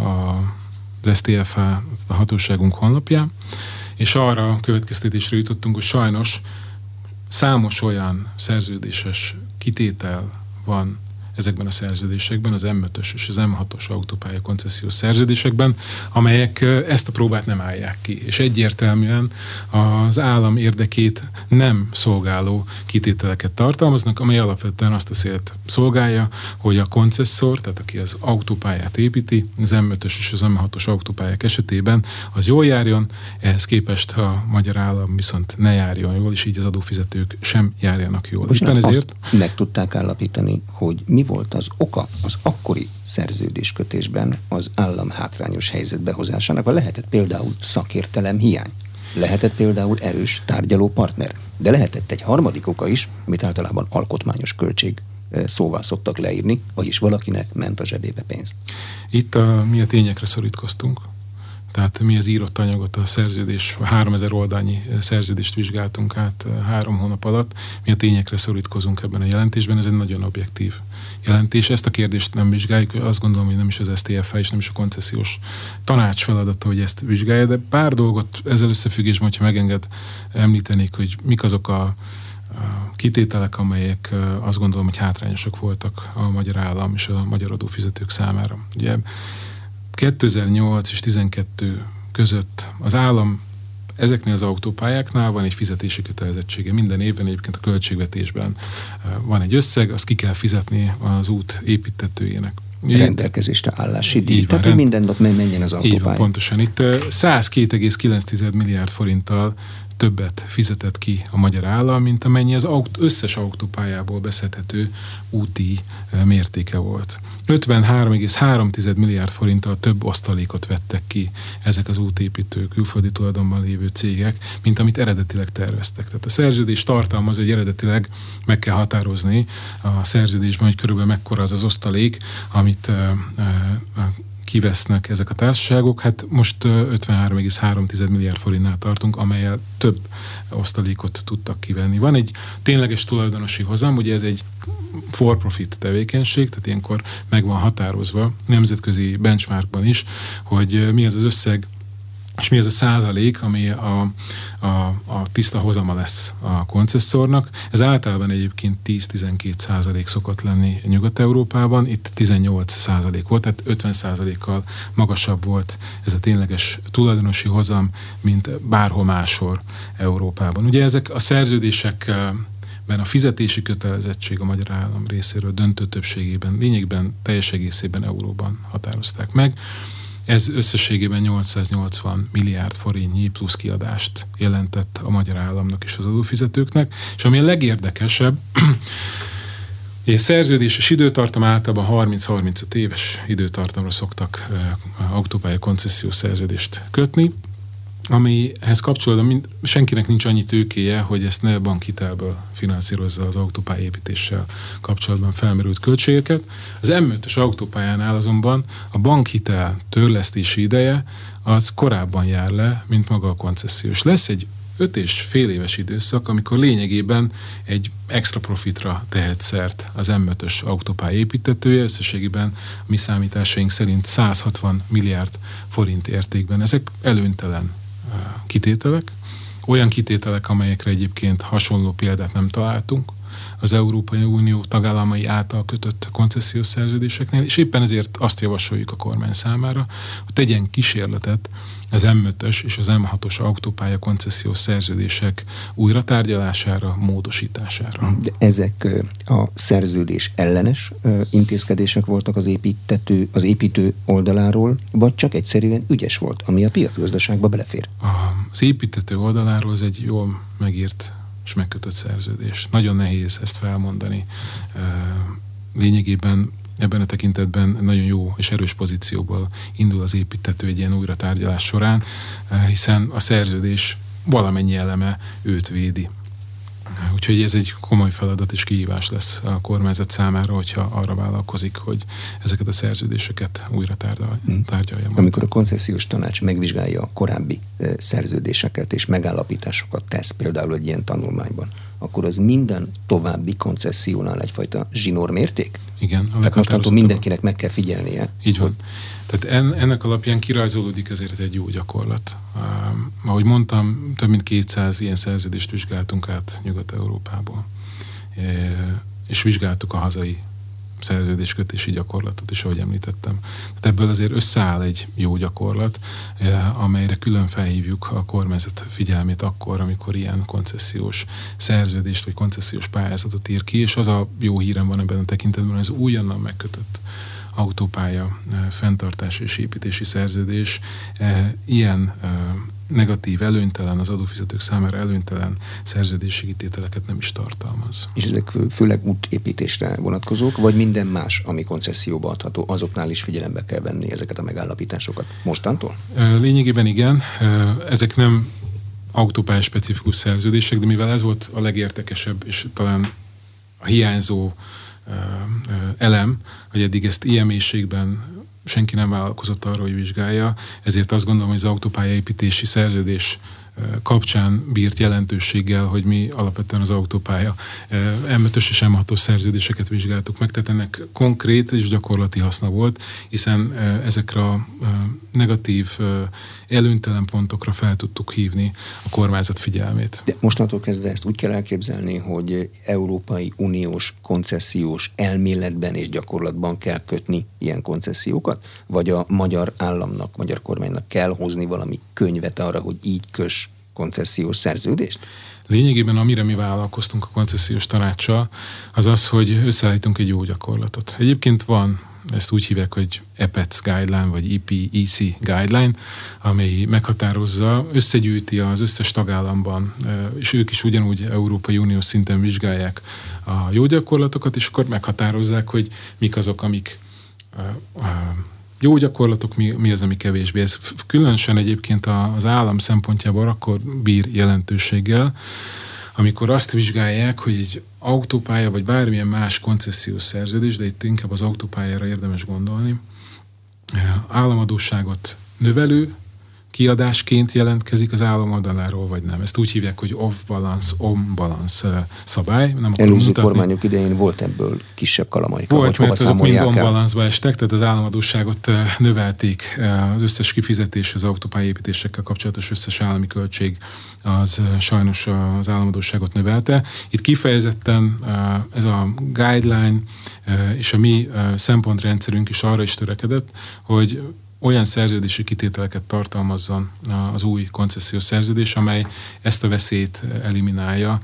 az STFH, a hatóságunk honlapján, és arra a következtetésre jutottunk, hogy sajnos számos olyan szerződéses kitétel van ezekben a szerződésekben, az M5-ös és az M6-os autópálya koncesziós szerződésekben, amelyek ezt a próbát nem állják ki. És egyértelműen az állam érdekét nem szolgáló kitételeket tartalmaznak, amely alapvetően azt a célt szolgálja, hogy a koncesszor, tehát aki az autópályát építi, az M5-ös és az M6-os autópályák esetében, az jól járjon, ehhez képest a magyar állam viszont ne járjon jól, és így az adófizetők sem járjanak jól. Éppen ezért meg tudták állapítani, hogy mi volt az oka az akkori szerződéskötésben az állam hátrányos helyzetbe hozásának? Lehetett például szakértelem hiány, lehetett például erős tárgyaló partner, de lehetett egy harmadik oka is, amit általában alkotmányos költség szóval szoktak leírni, vagyis valakinek ment a zsebébe pénz. Itt mi a tényekre szorítkoztunk. Tehát mi az írott anyagot, a szerződés, 3000 oldalnyi szerződést vizsgáltunk át 3 hónap alatt. Mi a tényekre szorítkozunk ebben a jelentésben, ez egy nagyon objektív jelentés. Ezt a kérdést nem vizsgáljuk, azt gondolom, hogy nem is az STFH és nem is a koncesziós tanács feladata, hogy ezt vizsgálja, de pár dolgot ezzel összefüggésben, hogyha megenged, említenék, hogy mik azok a kitételek, amelyek azt gondolom, hogy hátrányosak voltak a magyar állam és a magyar adófizetők számára. Ugye 2008 és 2012 között az állam ezeknél az autópályáknál van egy fizetési kötelezettsége. Minden évben egyébként a költségvetésben van egy összeg, azt ki kell fizetni az út építtetőjének. Rendelkezésre állási díj. Tehát, hogy minden nap menjen az autópálya. Így van, pontosan. Itt 102,9 milliárd forinttal többet fizetett ki a magyar állam, mint amennyi az összes autópályából beszedhető úti mértéke volt. 53,3 milliárd forinttal több osztalékot vettek ki ezek az útépítő külföldi tulajdonban lévő cégek, mint amit eredetileg terveztek. Tehát a szerződés tartalmaz, hogy eredetileg meg kell határozni a szerződésben, hogy körülbelül mekkora az osztalék, amit kivesznek ezek a társaságok. Hát most 53,3 milliárd forintnál tartunk, amelyel több osztalékot tudtak kivenni. Van egy tényleges tulajdonosi hozam, ugye ez egy for-profit tevékenység, tehát ilyenkor meg van határozva nemzetközi benchmarkban is, hogy mi az az összeg, és mi az a százalék, ami a tiszta hozama lesz a koncesszornak. Ez általában egyébként 10-12% szokott lenni Nyugat-Európában, itt 18% volt, tehát 50%-kal magasabb volt ez a tényleges tulajdonosi hozam, mint bárhol máshol Európában. Ugye ezek a szerződésekben a fizetési kötelezettség a magyar állam részéről döntő többségében, lényegben teljes egészében euróban határozták meg. Ez összességében 880 milliárd forintnyi plusz kiadást jelentett a magyar államnak és az adófizetőknek, és ami a legérdekesebb, és szerződéses időtartam általában 30-35 éves időtartamra szoktak autópálya koncesziós szerződést kötni, amihez kapcsolatban senkinek nincs annyi tőkéje, hogy ezt ne bankhitelből finanszírozza az autópályaépítéssel kapcsolatban felmerült költségeket. Az M5-ös autópályánál azonban a bankhitel törlesztési ideje az korábban jár le, mint maga a koncesziós. Lesz egy 5,5 éves időszak, amikor lényegében egy extra profitra tehet szert az M5-ös autópálya építtetője, összességében a mi számításaink szerint 160 milliárd forint értékben. Ezek előnytelen kitételek, olyan kitételek, amelyekre egyébként hasonló példát nem találtunk az Európai Unió tagállamai által kötött koncesziós szerződéseknél, és éppen ezért azt javasoljuk a kormány számára, hogy tegyen kísérletet az M5-ös és az M6-os autópálya koncesziós szerződések újratárgyalására, módosítására. De ezek a szerződés ellenes intézkedések voltak az építő oldaláról, vagy csak egyszerűen ügyes volt, ami a piacgazdaságba belefér? Az építtető oldaláról ez egy jól megírt és megkötött szerződés. Nagyon nehéz ezt felmondani. Lényegében ebben a tekintetben nagyon jó és erős pozícióból indul az építtető egy ilyen újratárgyalás során, hiszen a szerződés valamennyi eleme őt védi. Úgyhogy ez egy komoly feladat és kihívás lesz a kormányzat számára, hogyha arra vállalkozik, hogy ezeket a szerződéseket újra tárgyalja. Amikor a koncesziós tanács megvizsgálja a korábbi szerződéseket és megállapításokat tesz, például egy ilyen tanulmányban, akkor az minden további koncessziónál egyfajta zsinórmérték? Igen. Tehát mostantól mindenkinek meg kell figyelnie. Így van. Tehát ennek alapján kirajzolódik ezért egy jó gyakorlat. Ahogy mondtam, több mint 200 ilyen szerződést vizsgáltunk át Nyugat-Európából. És vizsgáltuk a hazai szerződéskötési gyakorlatot is, ahogy említettem. Tehát ebből azért összeáll egy jó gyakorlat, amelyre külön felhívjuk a kormányzat figyelmét akkor, amikor ilyen koncesziós szerződést vagy koncesziós pályázatot ír ki, és az a jó hírem van ebben a tekintetben, hogy az újonnan megkötött autópálya fenntartás és építési szerződés ilyen negatív, előnytelen, az adófizetők számára előnytelen szerződési kitételeket nem is tartalmaz. És ezek főleg útépítésre vonatkozók, vagy minden más, ami koncesszióba adható, azoknál is figyelembe kell venni ezeket a megállapításokat mostantól? Lényegében igen. Ezek nem autópálya specifikus szerződések, de mivel ez volt a legértekesebb, és talán a hiányzó elem, hogy eddig ezt ilyen mélységben senki nem vállalkozott arra, hogy vizsgálja, ezért azt gondolom, hogy az autópályaépítési szerződés kapcsán bírt jelentőséggel, hogy mi alapvetően az autópálya M5-ös és M6-os szerződéseket vizsgáltuk meg, tehát ennek konkrét és gyakorlati haszna volt, hiszen ezekre a negatív, előnytelen pontokra fel tudtuk hívni a kormányzat figyelmét. De mostantól kezdve ezt úgy kell elképzelni, hogy Európai Uniós koncesziós elméletben és gyakorlatban kell kötni ilyen koncesziókat? Vagy a magyar államnak, magyar kormánynak kell hozni valami könyvet arra, hogy így köss koncesziós szerződést? Lényegében amire mi vállalkoztunk a koncesziós tanácssal, az az, hogy összeállítunk egy jó gyakorlatot. Egyébként van, ezt úgy hívják, hogy EPEC guideline, vagy EPEC guideline, amely meghatározza, összegyűjti az összes tagállamban, és ők is ugyanúgy Európai Unió szinten vizsgálják a jó gyakorlatokat, és akkor meghatározzák, hogy mik azok, amik jó gyakorlatok, mi az, ami kevésbé. Ez különösen egyébként az állam szempontjából akkor bír jelentőséggel, amikor azt vizsgálják, hogy egy autópálya, vagy bármilyen más koncesziós szerződés, de itt inkább az autópályára érdemes gondolni, államadósságot növelő kiadásként jelentkezik az állam oldaláról, vagy nem. Ezt úgy hívják, hogy off-balance, on-balance szabály. Előző kormányok idején volt ebből kisebb kalamaika. Volt, mert azok mind on-balance-ba estek, tehát az államadósságot növelték. Az összes kifizetés, az autópályaépítésekkel kapcsolatos összes állami költség az sajnos az államadósságot növelte. Itt kifejezetten ez a guideline és a mi szempontrendszerünk is arra is törekedett, hogy olyan szerződési kitételeket tartalmazzon az új koncesziós szerződés, amely ezt a veszélyt eliminálja,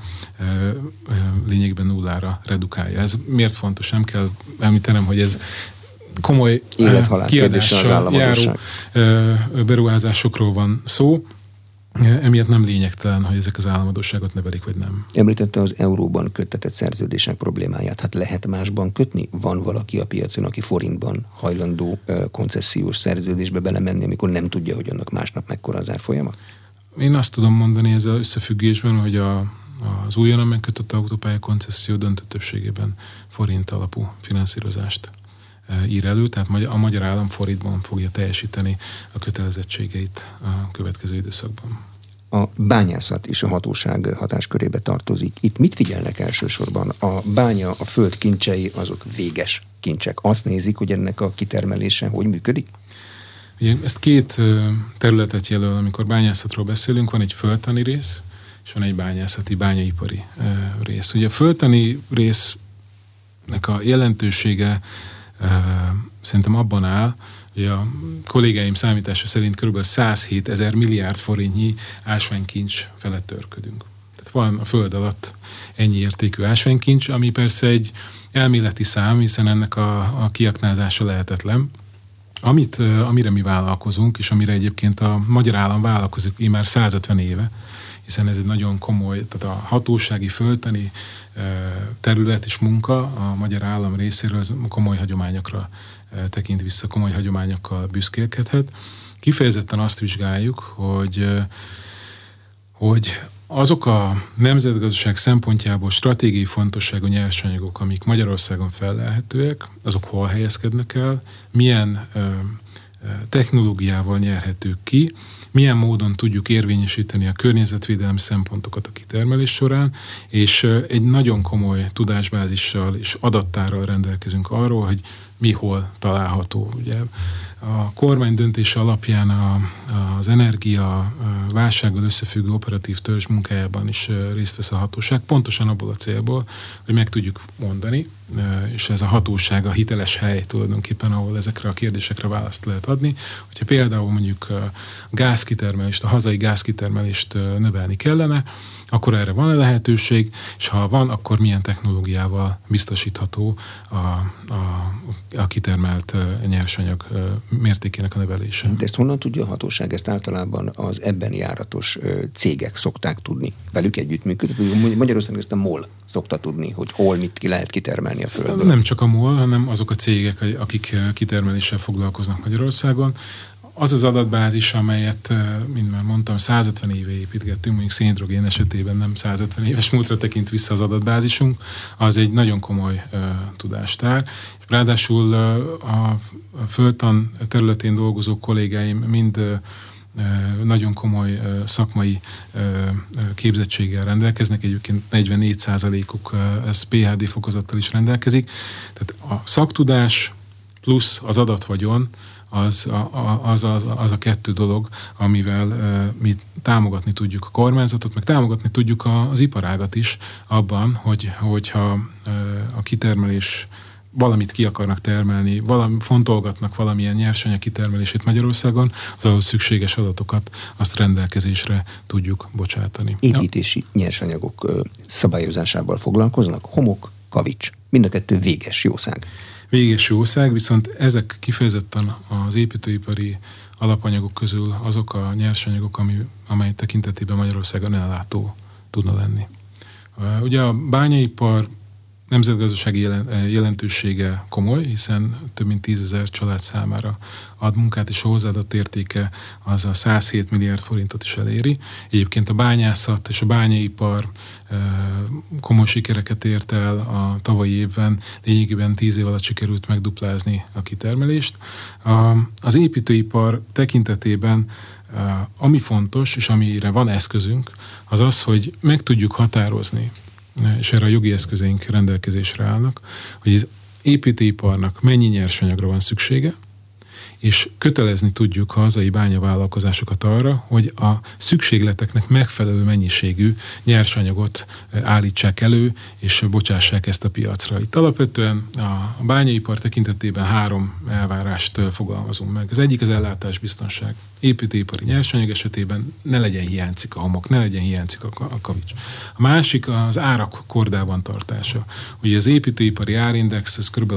lényegben nullára redukálja. Ez miért fontos? Nem kell említenem, hogy ez komoly kiadással járó beruházásokról van szó, emiatt nem lényegtelen, hogy ezek az államadósságot növelik, vagy nem. Említette az euróban köttetett szerződések problémáját. Hát lehet másban kötni? Van valaki a piacon, aki forintban hajlandó koncesziós szerződésbe belemenni, amikor nem tudja, hogy annak másnap mekkora az árfolyama? Én azt tudom mondani ezzel összefüggésben, hogy az újonnan megkötött autópálya koncesszió döntő többségében forint alapú finanszírozást ír elő, tehát a magyar állam forintban fogja teljesíteni a kötelezettségeit a következő időszakban. A bányászat is a hatóság hatáskörébe tartozik. Itt mit figyelnek elsősorban? A bánya, a föld kincsei, azok véges kincsek. Azt nézik, hogy ennek a kitermelése hogy működik? Ugye ezt két területet jelöl, amikor bányászatról beszélünk. Van egy földtani rész, és van egy bányászati, bányaipari rész. Ugye a földtani résznek a jelentősége szerintem abban áll, hogy a kollégáim számítása szerint kb. 107 000 milliárd forintnyi ásványkincs felett törködünk. Tehát van a föld alatt ennyi értékű ásványkincs, ami persze egy elméleti szám, hiszen ennek a kiaknázása lehetetlen. Amire mi vállalkozunk, és amire egyébként a magyar állam vállalkozik már 150 éve, hiszen ez egy nagyon komoly, tehát a hatósági földtani terület és munka a magyar állam részéről az komoly hagyományokra tekint vissza, komoly hagyományokkal büszkélkedhet. Kifejezetten azt vizsgáljuk, hogy azok a nemzetgazdaság szempontjából stratégiai fontosságú nyersanyagok, amik Magyarországon fellelhetőek, azok hol helyezkednek el, milyen technológiával nyerhetők ki, milyen módon tudjuk érvényesíteni a környezetvédelmi szempontokat a kitermelés során, és egy nagyon komoly tudásbázissal és adattárral rendelkezünk arról, hogy mi hol található. Ugye a kormány döntése alapján az energia válsággal összefüggő operatív törzs munkájában is részt vesz a hatóság, pontosan abból a célból, hogy meg tudjuk mondani, és ez a hatóság a hiteles hely tulajdonképpen, ahol ezekre a kérdésekre választ lehet adni. Hogyha például mondjuk gázkitermelést, a hazai gázkitermelést növelni kellene, akkor erre van-e lehetőség, és ha van, akkor milyen technológiával biztosítható a kitermelt nyersanyag mértékének a növelése. De ezt honnan tudja a hatóság? Ezt általában az ebben járatos cégek szokták tudni. Velük együttműködni. Magyarországon ezt a MOL szokta tudni, hogy hol mit ki lehet kitermelni a földből. Nem csak a MOL, hanem azok a cégek, akik kitermeléssel foglalkoznak Magyarországon. Az az adatbázis, amelyet, mint már mondtam, 150 éve építgettünk, mondjuk szénhidrogén esetében nem 150 éves múltra tekint vissza az adatbázisunk, az egy nagyon komoly tudástár. És ráadásul a földtan területén dolgozó kollégáim mind nagyon komoly szakmai képzettséggel rendelkeznek, egyébként 44%-uk ez PhD fokozattal is rendelkezik. Tehát a szaktudás plusz az adatvagyon az a kettő dolog, amivel mi támogatni tudjuk a kormányzatot, meg támogatni tudjuk az iparágat is abban, hogyha a kitermelés valamit ki akarnak termelni, fontolgatnak valamilyen nyersanyag kitermelését Magyarországon, az ahhoz szükséges adatokat azt rendelkezésre tudjuk bocsátani. Építési nyersanyagok szabályozásával foglalkoznak, homok, kavics, mind a kettő véges jószág. Véges jószág, viszont ezek kifejezetten az építőipari alapanyagok közül azok a nyersanyagok, amely tekintetében Magyarországon ellátó tudna lenni. Ugye a bányaipar nemzetgazdasági jelentősége komoly, hiszen több mint 10 000 család számára ad munkát, és a hozzáadott értéke az a 107 milliárd forintot is eléri. Egyébként a bányászat és a bányaipar komoly sikereket ért el a tavalyi évben, lényegében 10 év alatt sikerült megduplázni a kitermelést. Az építőipar tekintetében ami fontos, és amire van eszközünk, az az, hogy meg tudjuk határozni, és erre a jogi eszközeink rendelkezésre állnak, hogy az építőiparnak mennyi nyersanyagra van szüksége, és kötelezni tudjuk a hazai bányavállalkozásokat arra, hogy a szükségleteknek megfelelő mennyiségű nyersanyagot állítsák elő, és bocsássák ezt a piacra. Itt alapvetően a bányaipar tekintetében 3 elvárást fogalmazunk meg. Az egyik az ellátásbiztonság. Építőipari nyersanyag esetében ne legyen hiányzik a homok, ne legyen hiányzik a kavics. A másik az árak kordában tartása. Ugye az építőipari árindex, ez kb.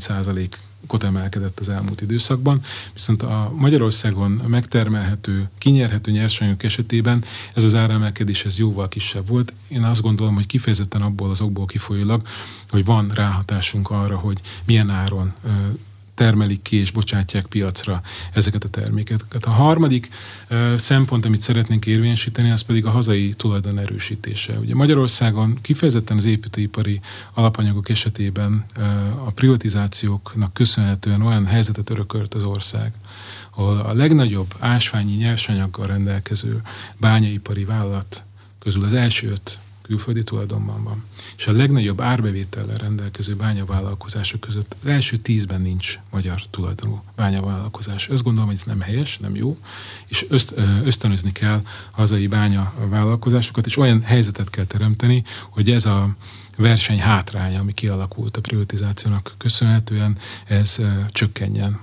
30%-ot emelkedett az elmúlt időszakban, viszont a Magyarországon megtermelhető, kinyerhető nyersanyagok esetében ez az áremelkedés ez jóval kisebb volt. Én azt gondolom, hogy kifejezetten abból az okból kifolyólag, hogy van ráhatásunk arra, hogy milyen áron termelik ki és bocsátják piacra ezeket a termékeket. A harmadik szempont, amit szeretnénk érvényesíteni, az pedig a hazai tulajdon erősítése. Ugye Magyarországon kifejezetten az építőipari alapanyagok esetében a privatizációknak köszönhetően olyan helyzetet örökölt az ország, ahol a legnagyobb ásványi nyersanyaggal rendelkező bányaipari vállalat közül az első 5 külföldi tulajdonban van. És a legnagyobb árbevétellel rendelkező bányavállalkozások között az első 10-ben nincs magyar tulajdonú bányavállalkozás. Azt gondolom, hogy ez nem helyes, nem jó, és ösztönözni kell hazai bányavállalkozásokat, és olyan helyzetet kell teremteni, hogy ez a verseny hátránya, ami kialakult a privatizációnak köszönhetően, ez csökkenjen.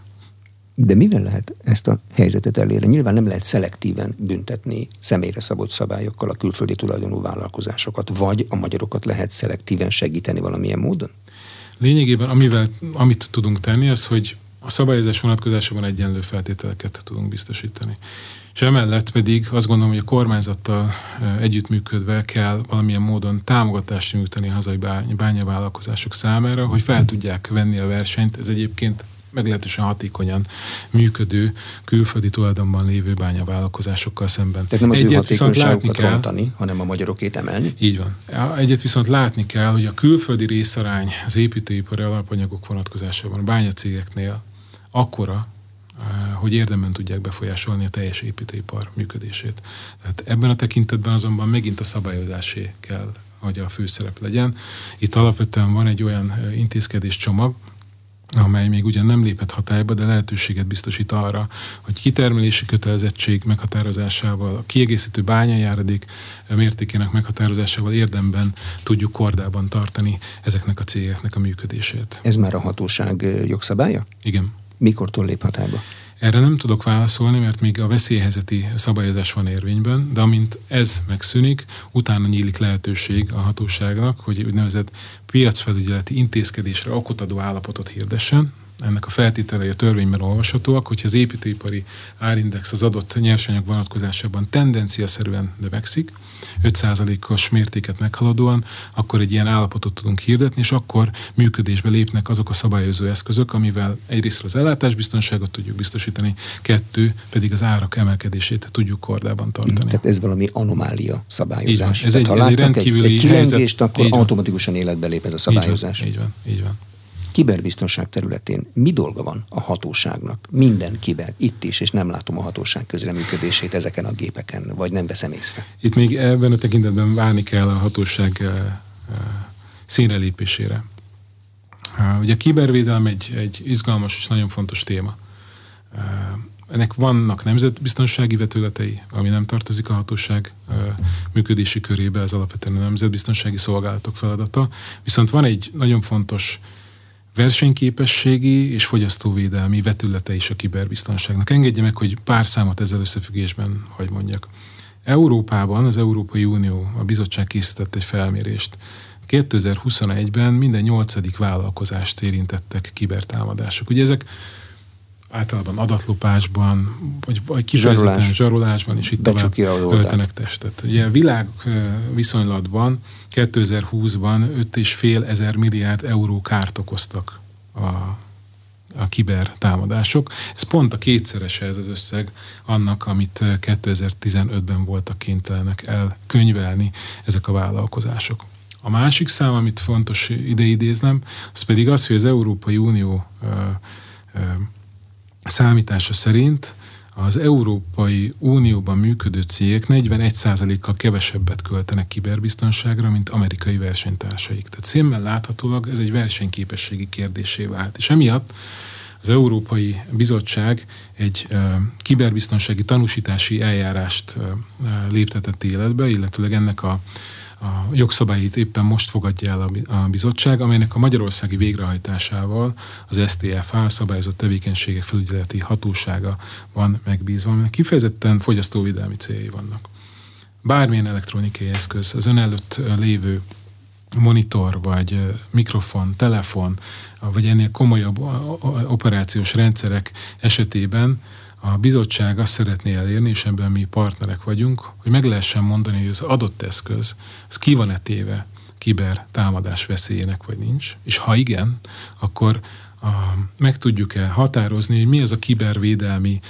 De mivel lehet ezt a helyzetet elérni? Nyilván nem lehet szelektíven büntetni személyre szabott szabályokkal a külföldi tulajdonú vállalkozásokat, vagy a magyarokat lehet szelektíven segíteni valamilyen módon? Lényegében amit tudunk tenni, az, hogy a szabályozás vonatkozásában egyenlő feltételeket tudunk biztosítani. És emellett pedig azt gondolom, hogy a kormányzattal együttműködve kell valamilyen módon támogatást nyújtani a hazai bányavállalkozások számára, hogy fel tudják venni a versenyt. Ez egyébként meglehetősen hatékonyan működő, külföldi tulajdonban lévő bányavállalkozásokkal szemben. Tehát nem az ő hatékonyságukat rontani, hanem a magyarokét emelni? Így van. Egyet viszont látni kell, hogy a külföldi részarány az építőipari alapanyagok vonatkozásában a bányacégeknél akkora, hogy érdemben tudják befolyásolni a teljes építőipar működését. Tehát ebben a tekintetben azonban megint a szabályozásé kell, hogy a főszerep legyen. Itt alapvetően van egy olyan intézkedéscsomag, amely még ugyan nem lépett hatályba, de lehetőséget biztosít arra, hogy kitermelési kötelezettség meghatározásával, a kiegészítő bányajáradék mértékének meghatározásával érdemben tudjuk kordában tartani ezeknek a cégeknek a működését. Ez már a hatóság jogszabálya? Igen. Mikortól lép hatályba? Erre nem tudok válaszolni, mert még a veszélyhelyzeti szabályozás van érvényben, de amint ez megszűnik, utána nyílik lehetőség a hatóságnak, hogy úgynevezett piacfelügyeleti intézkedésre okot adó állapotot hirdessen. Ennek a feltételei a törvényben olvashatóak, hogyha az építőipari árindex az adott nyersanyag vonatkozásában tendenciaszerűen növekszik, 5%-os mértéket meghaladóan, akkor egy ilyen állapotot tudunk hirdetni, és akkor működésbe lépnek azok a szabályozó eszközök, amivel egyrészt az ellátásbiztonságot tudjuk biztosítani, 2 pedig az árak emelkedését tudjuk kordában tartani. Tehát ez valami anomália szabályozás. Ez egy rendkívüli egy kilengést, akkor automatikusan életbe lép ez a szabályozás. Így van. kiberbiztonság területén mi dolga van a hatóságnak? Mindenkivel, itt is, és nem látom a hatóság közreműködését ezeken a gépeken, vagy nem veszem észre. Itt még ebben a tekintetben várni kell a hatóság színre lépésére. Ugye a kibervédelem egy izgalmas és nagyon fontos téma. Ennek vannak nemzetbiztonsági vetületei, ami nem tartozik a hatóság működési körébe, ez alapvetően a nemzetbiztonsági szolgálatok feladata. Viszont van egy nagyon fontos versenyképességi és fogyasztóvédelmi vetülete is a kiberbiztonságnak. Engedje meg, hogy pár számot ezzel összefüggésben hagy mondjak. Európában az Európai Unió, a bizottság készített egy felmérést. 2021-ben minden 8. vállalkozást érintettek kibertámadások. Ugye ezek általában adatlopásban, vagy kifejezetten zsarolásban is itt tovább öltenek testet. Ugye a világ viszonylatban 2020-ban 5,5 ezer milliárd euró kárt okoztak a kibertámadások. Ez pont a kétszerese ez az összeg annak, amit 2015-ben voltak kénytelenek elkönyvelni ezek a vállalkozások. A másik szám, amit fontos ideidéznem, az pedig az, hogy az Európai Unió számítása szerint az Európai Unióban működő cégek 41%-kal kevesebbet költenek kiberbiztonságra, mint amerikai versenytársaik. Tehát szemmel láthatólag ez egy versenyképességi kérdésé vált. És emiatt az Európai Bizottság egy kiberbiztonsági tanúsítási eljárást léptetett életbe, illetőleg ennek a jogszabályait éppen most fogadja el a bizottság, amelynek a magyarországi végrehajtásával az STFH, szabályozott tevékenységek felügyeleti hatósága van megbízva, aminek kifejezetten fogyasztóvédelmi céljai vannak. Bármilyen elektronikai eszköz, az ön előtt lévő monitor, vagy mikrofon, telefon, vagy ennél komolyabb operációs rendszerek esetében a bizottság azt szeretné elérni, és ebben mi partnerek vagyunk, hogy meg lehessen mondani, hogy az adott eszköz, az ki van-e téve kiber támadás veszélyének, vagy nincs. És ha igen, akkor meg tudjuk-e határozni, hogy mi az a kibervédelmi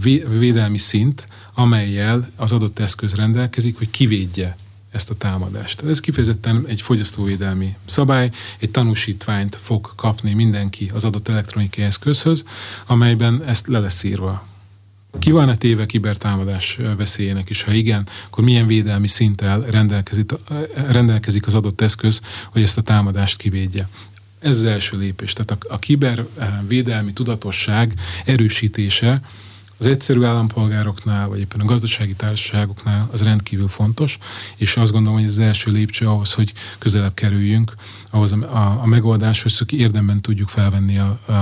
szint, amellyel az adott eszköz rendelkezik, hogy kivédje ezt a támadást. Ez kifejezetten egy fogyasztóvédelmi szabály, egy tanúsítványt fog kapni mindenki az adott elektronikai eszközhöz, amelyben ezt le lesz írva. Ki van-e téve kibertámadás veszélyének, és ha igen, akkor milyen védelmi szinttel rendelkezik az adott eszköz, hogy ezt a támadást kivédje. Ez az első lépés. Tehát a kibervédelmi tudatosság erősítése az egyszerű állampolgároknál, vagy éppen a gazdasági társaságoknál az rendkívül fontos, és azt gondolom, hogy ez az első lépcső ahhoz, hogy közelebb kerüljünk ahhoz a megoldáshoz, hogy érdemben tudjuk felvenni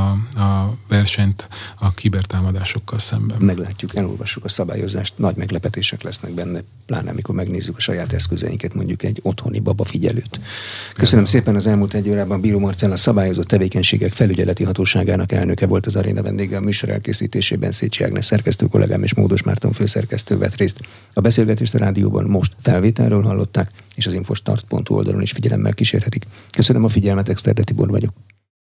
a versenyt a kibertámadásokkal szemben. Meglátjuk, elolvassuk a szabályozást, nagy meglepetések lesznek benne, pláne amikor megnézzük a saját eszközeinket, mondjuk egy otthoni babafigyelőt. Köszönöm szépen, az elmúlt egy órában Bíró Marcell, a szabályozott tevékenységek felügyeleti hatóságának elnöke volt az Aréna vendége. A műsor elkészítésében Szécsi Ágnes szerkesztő kollégám és Módos Márton főszerkesztő vett részt. A beszélgetést a rádióban most felvételről hallották, és az infostart.hu oldalon is figyelemmel kísérhetik. Köszönöm a figyelmet, Exterde Tibor vagyok.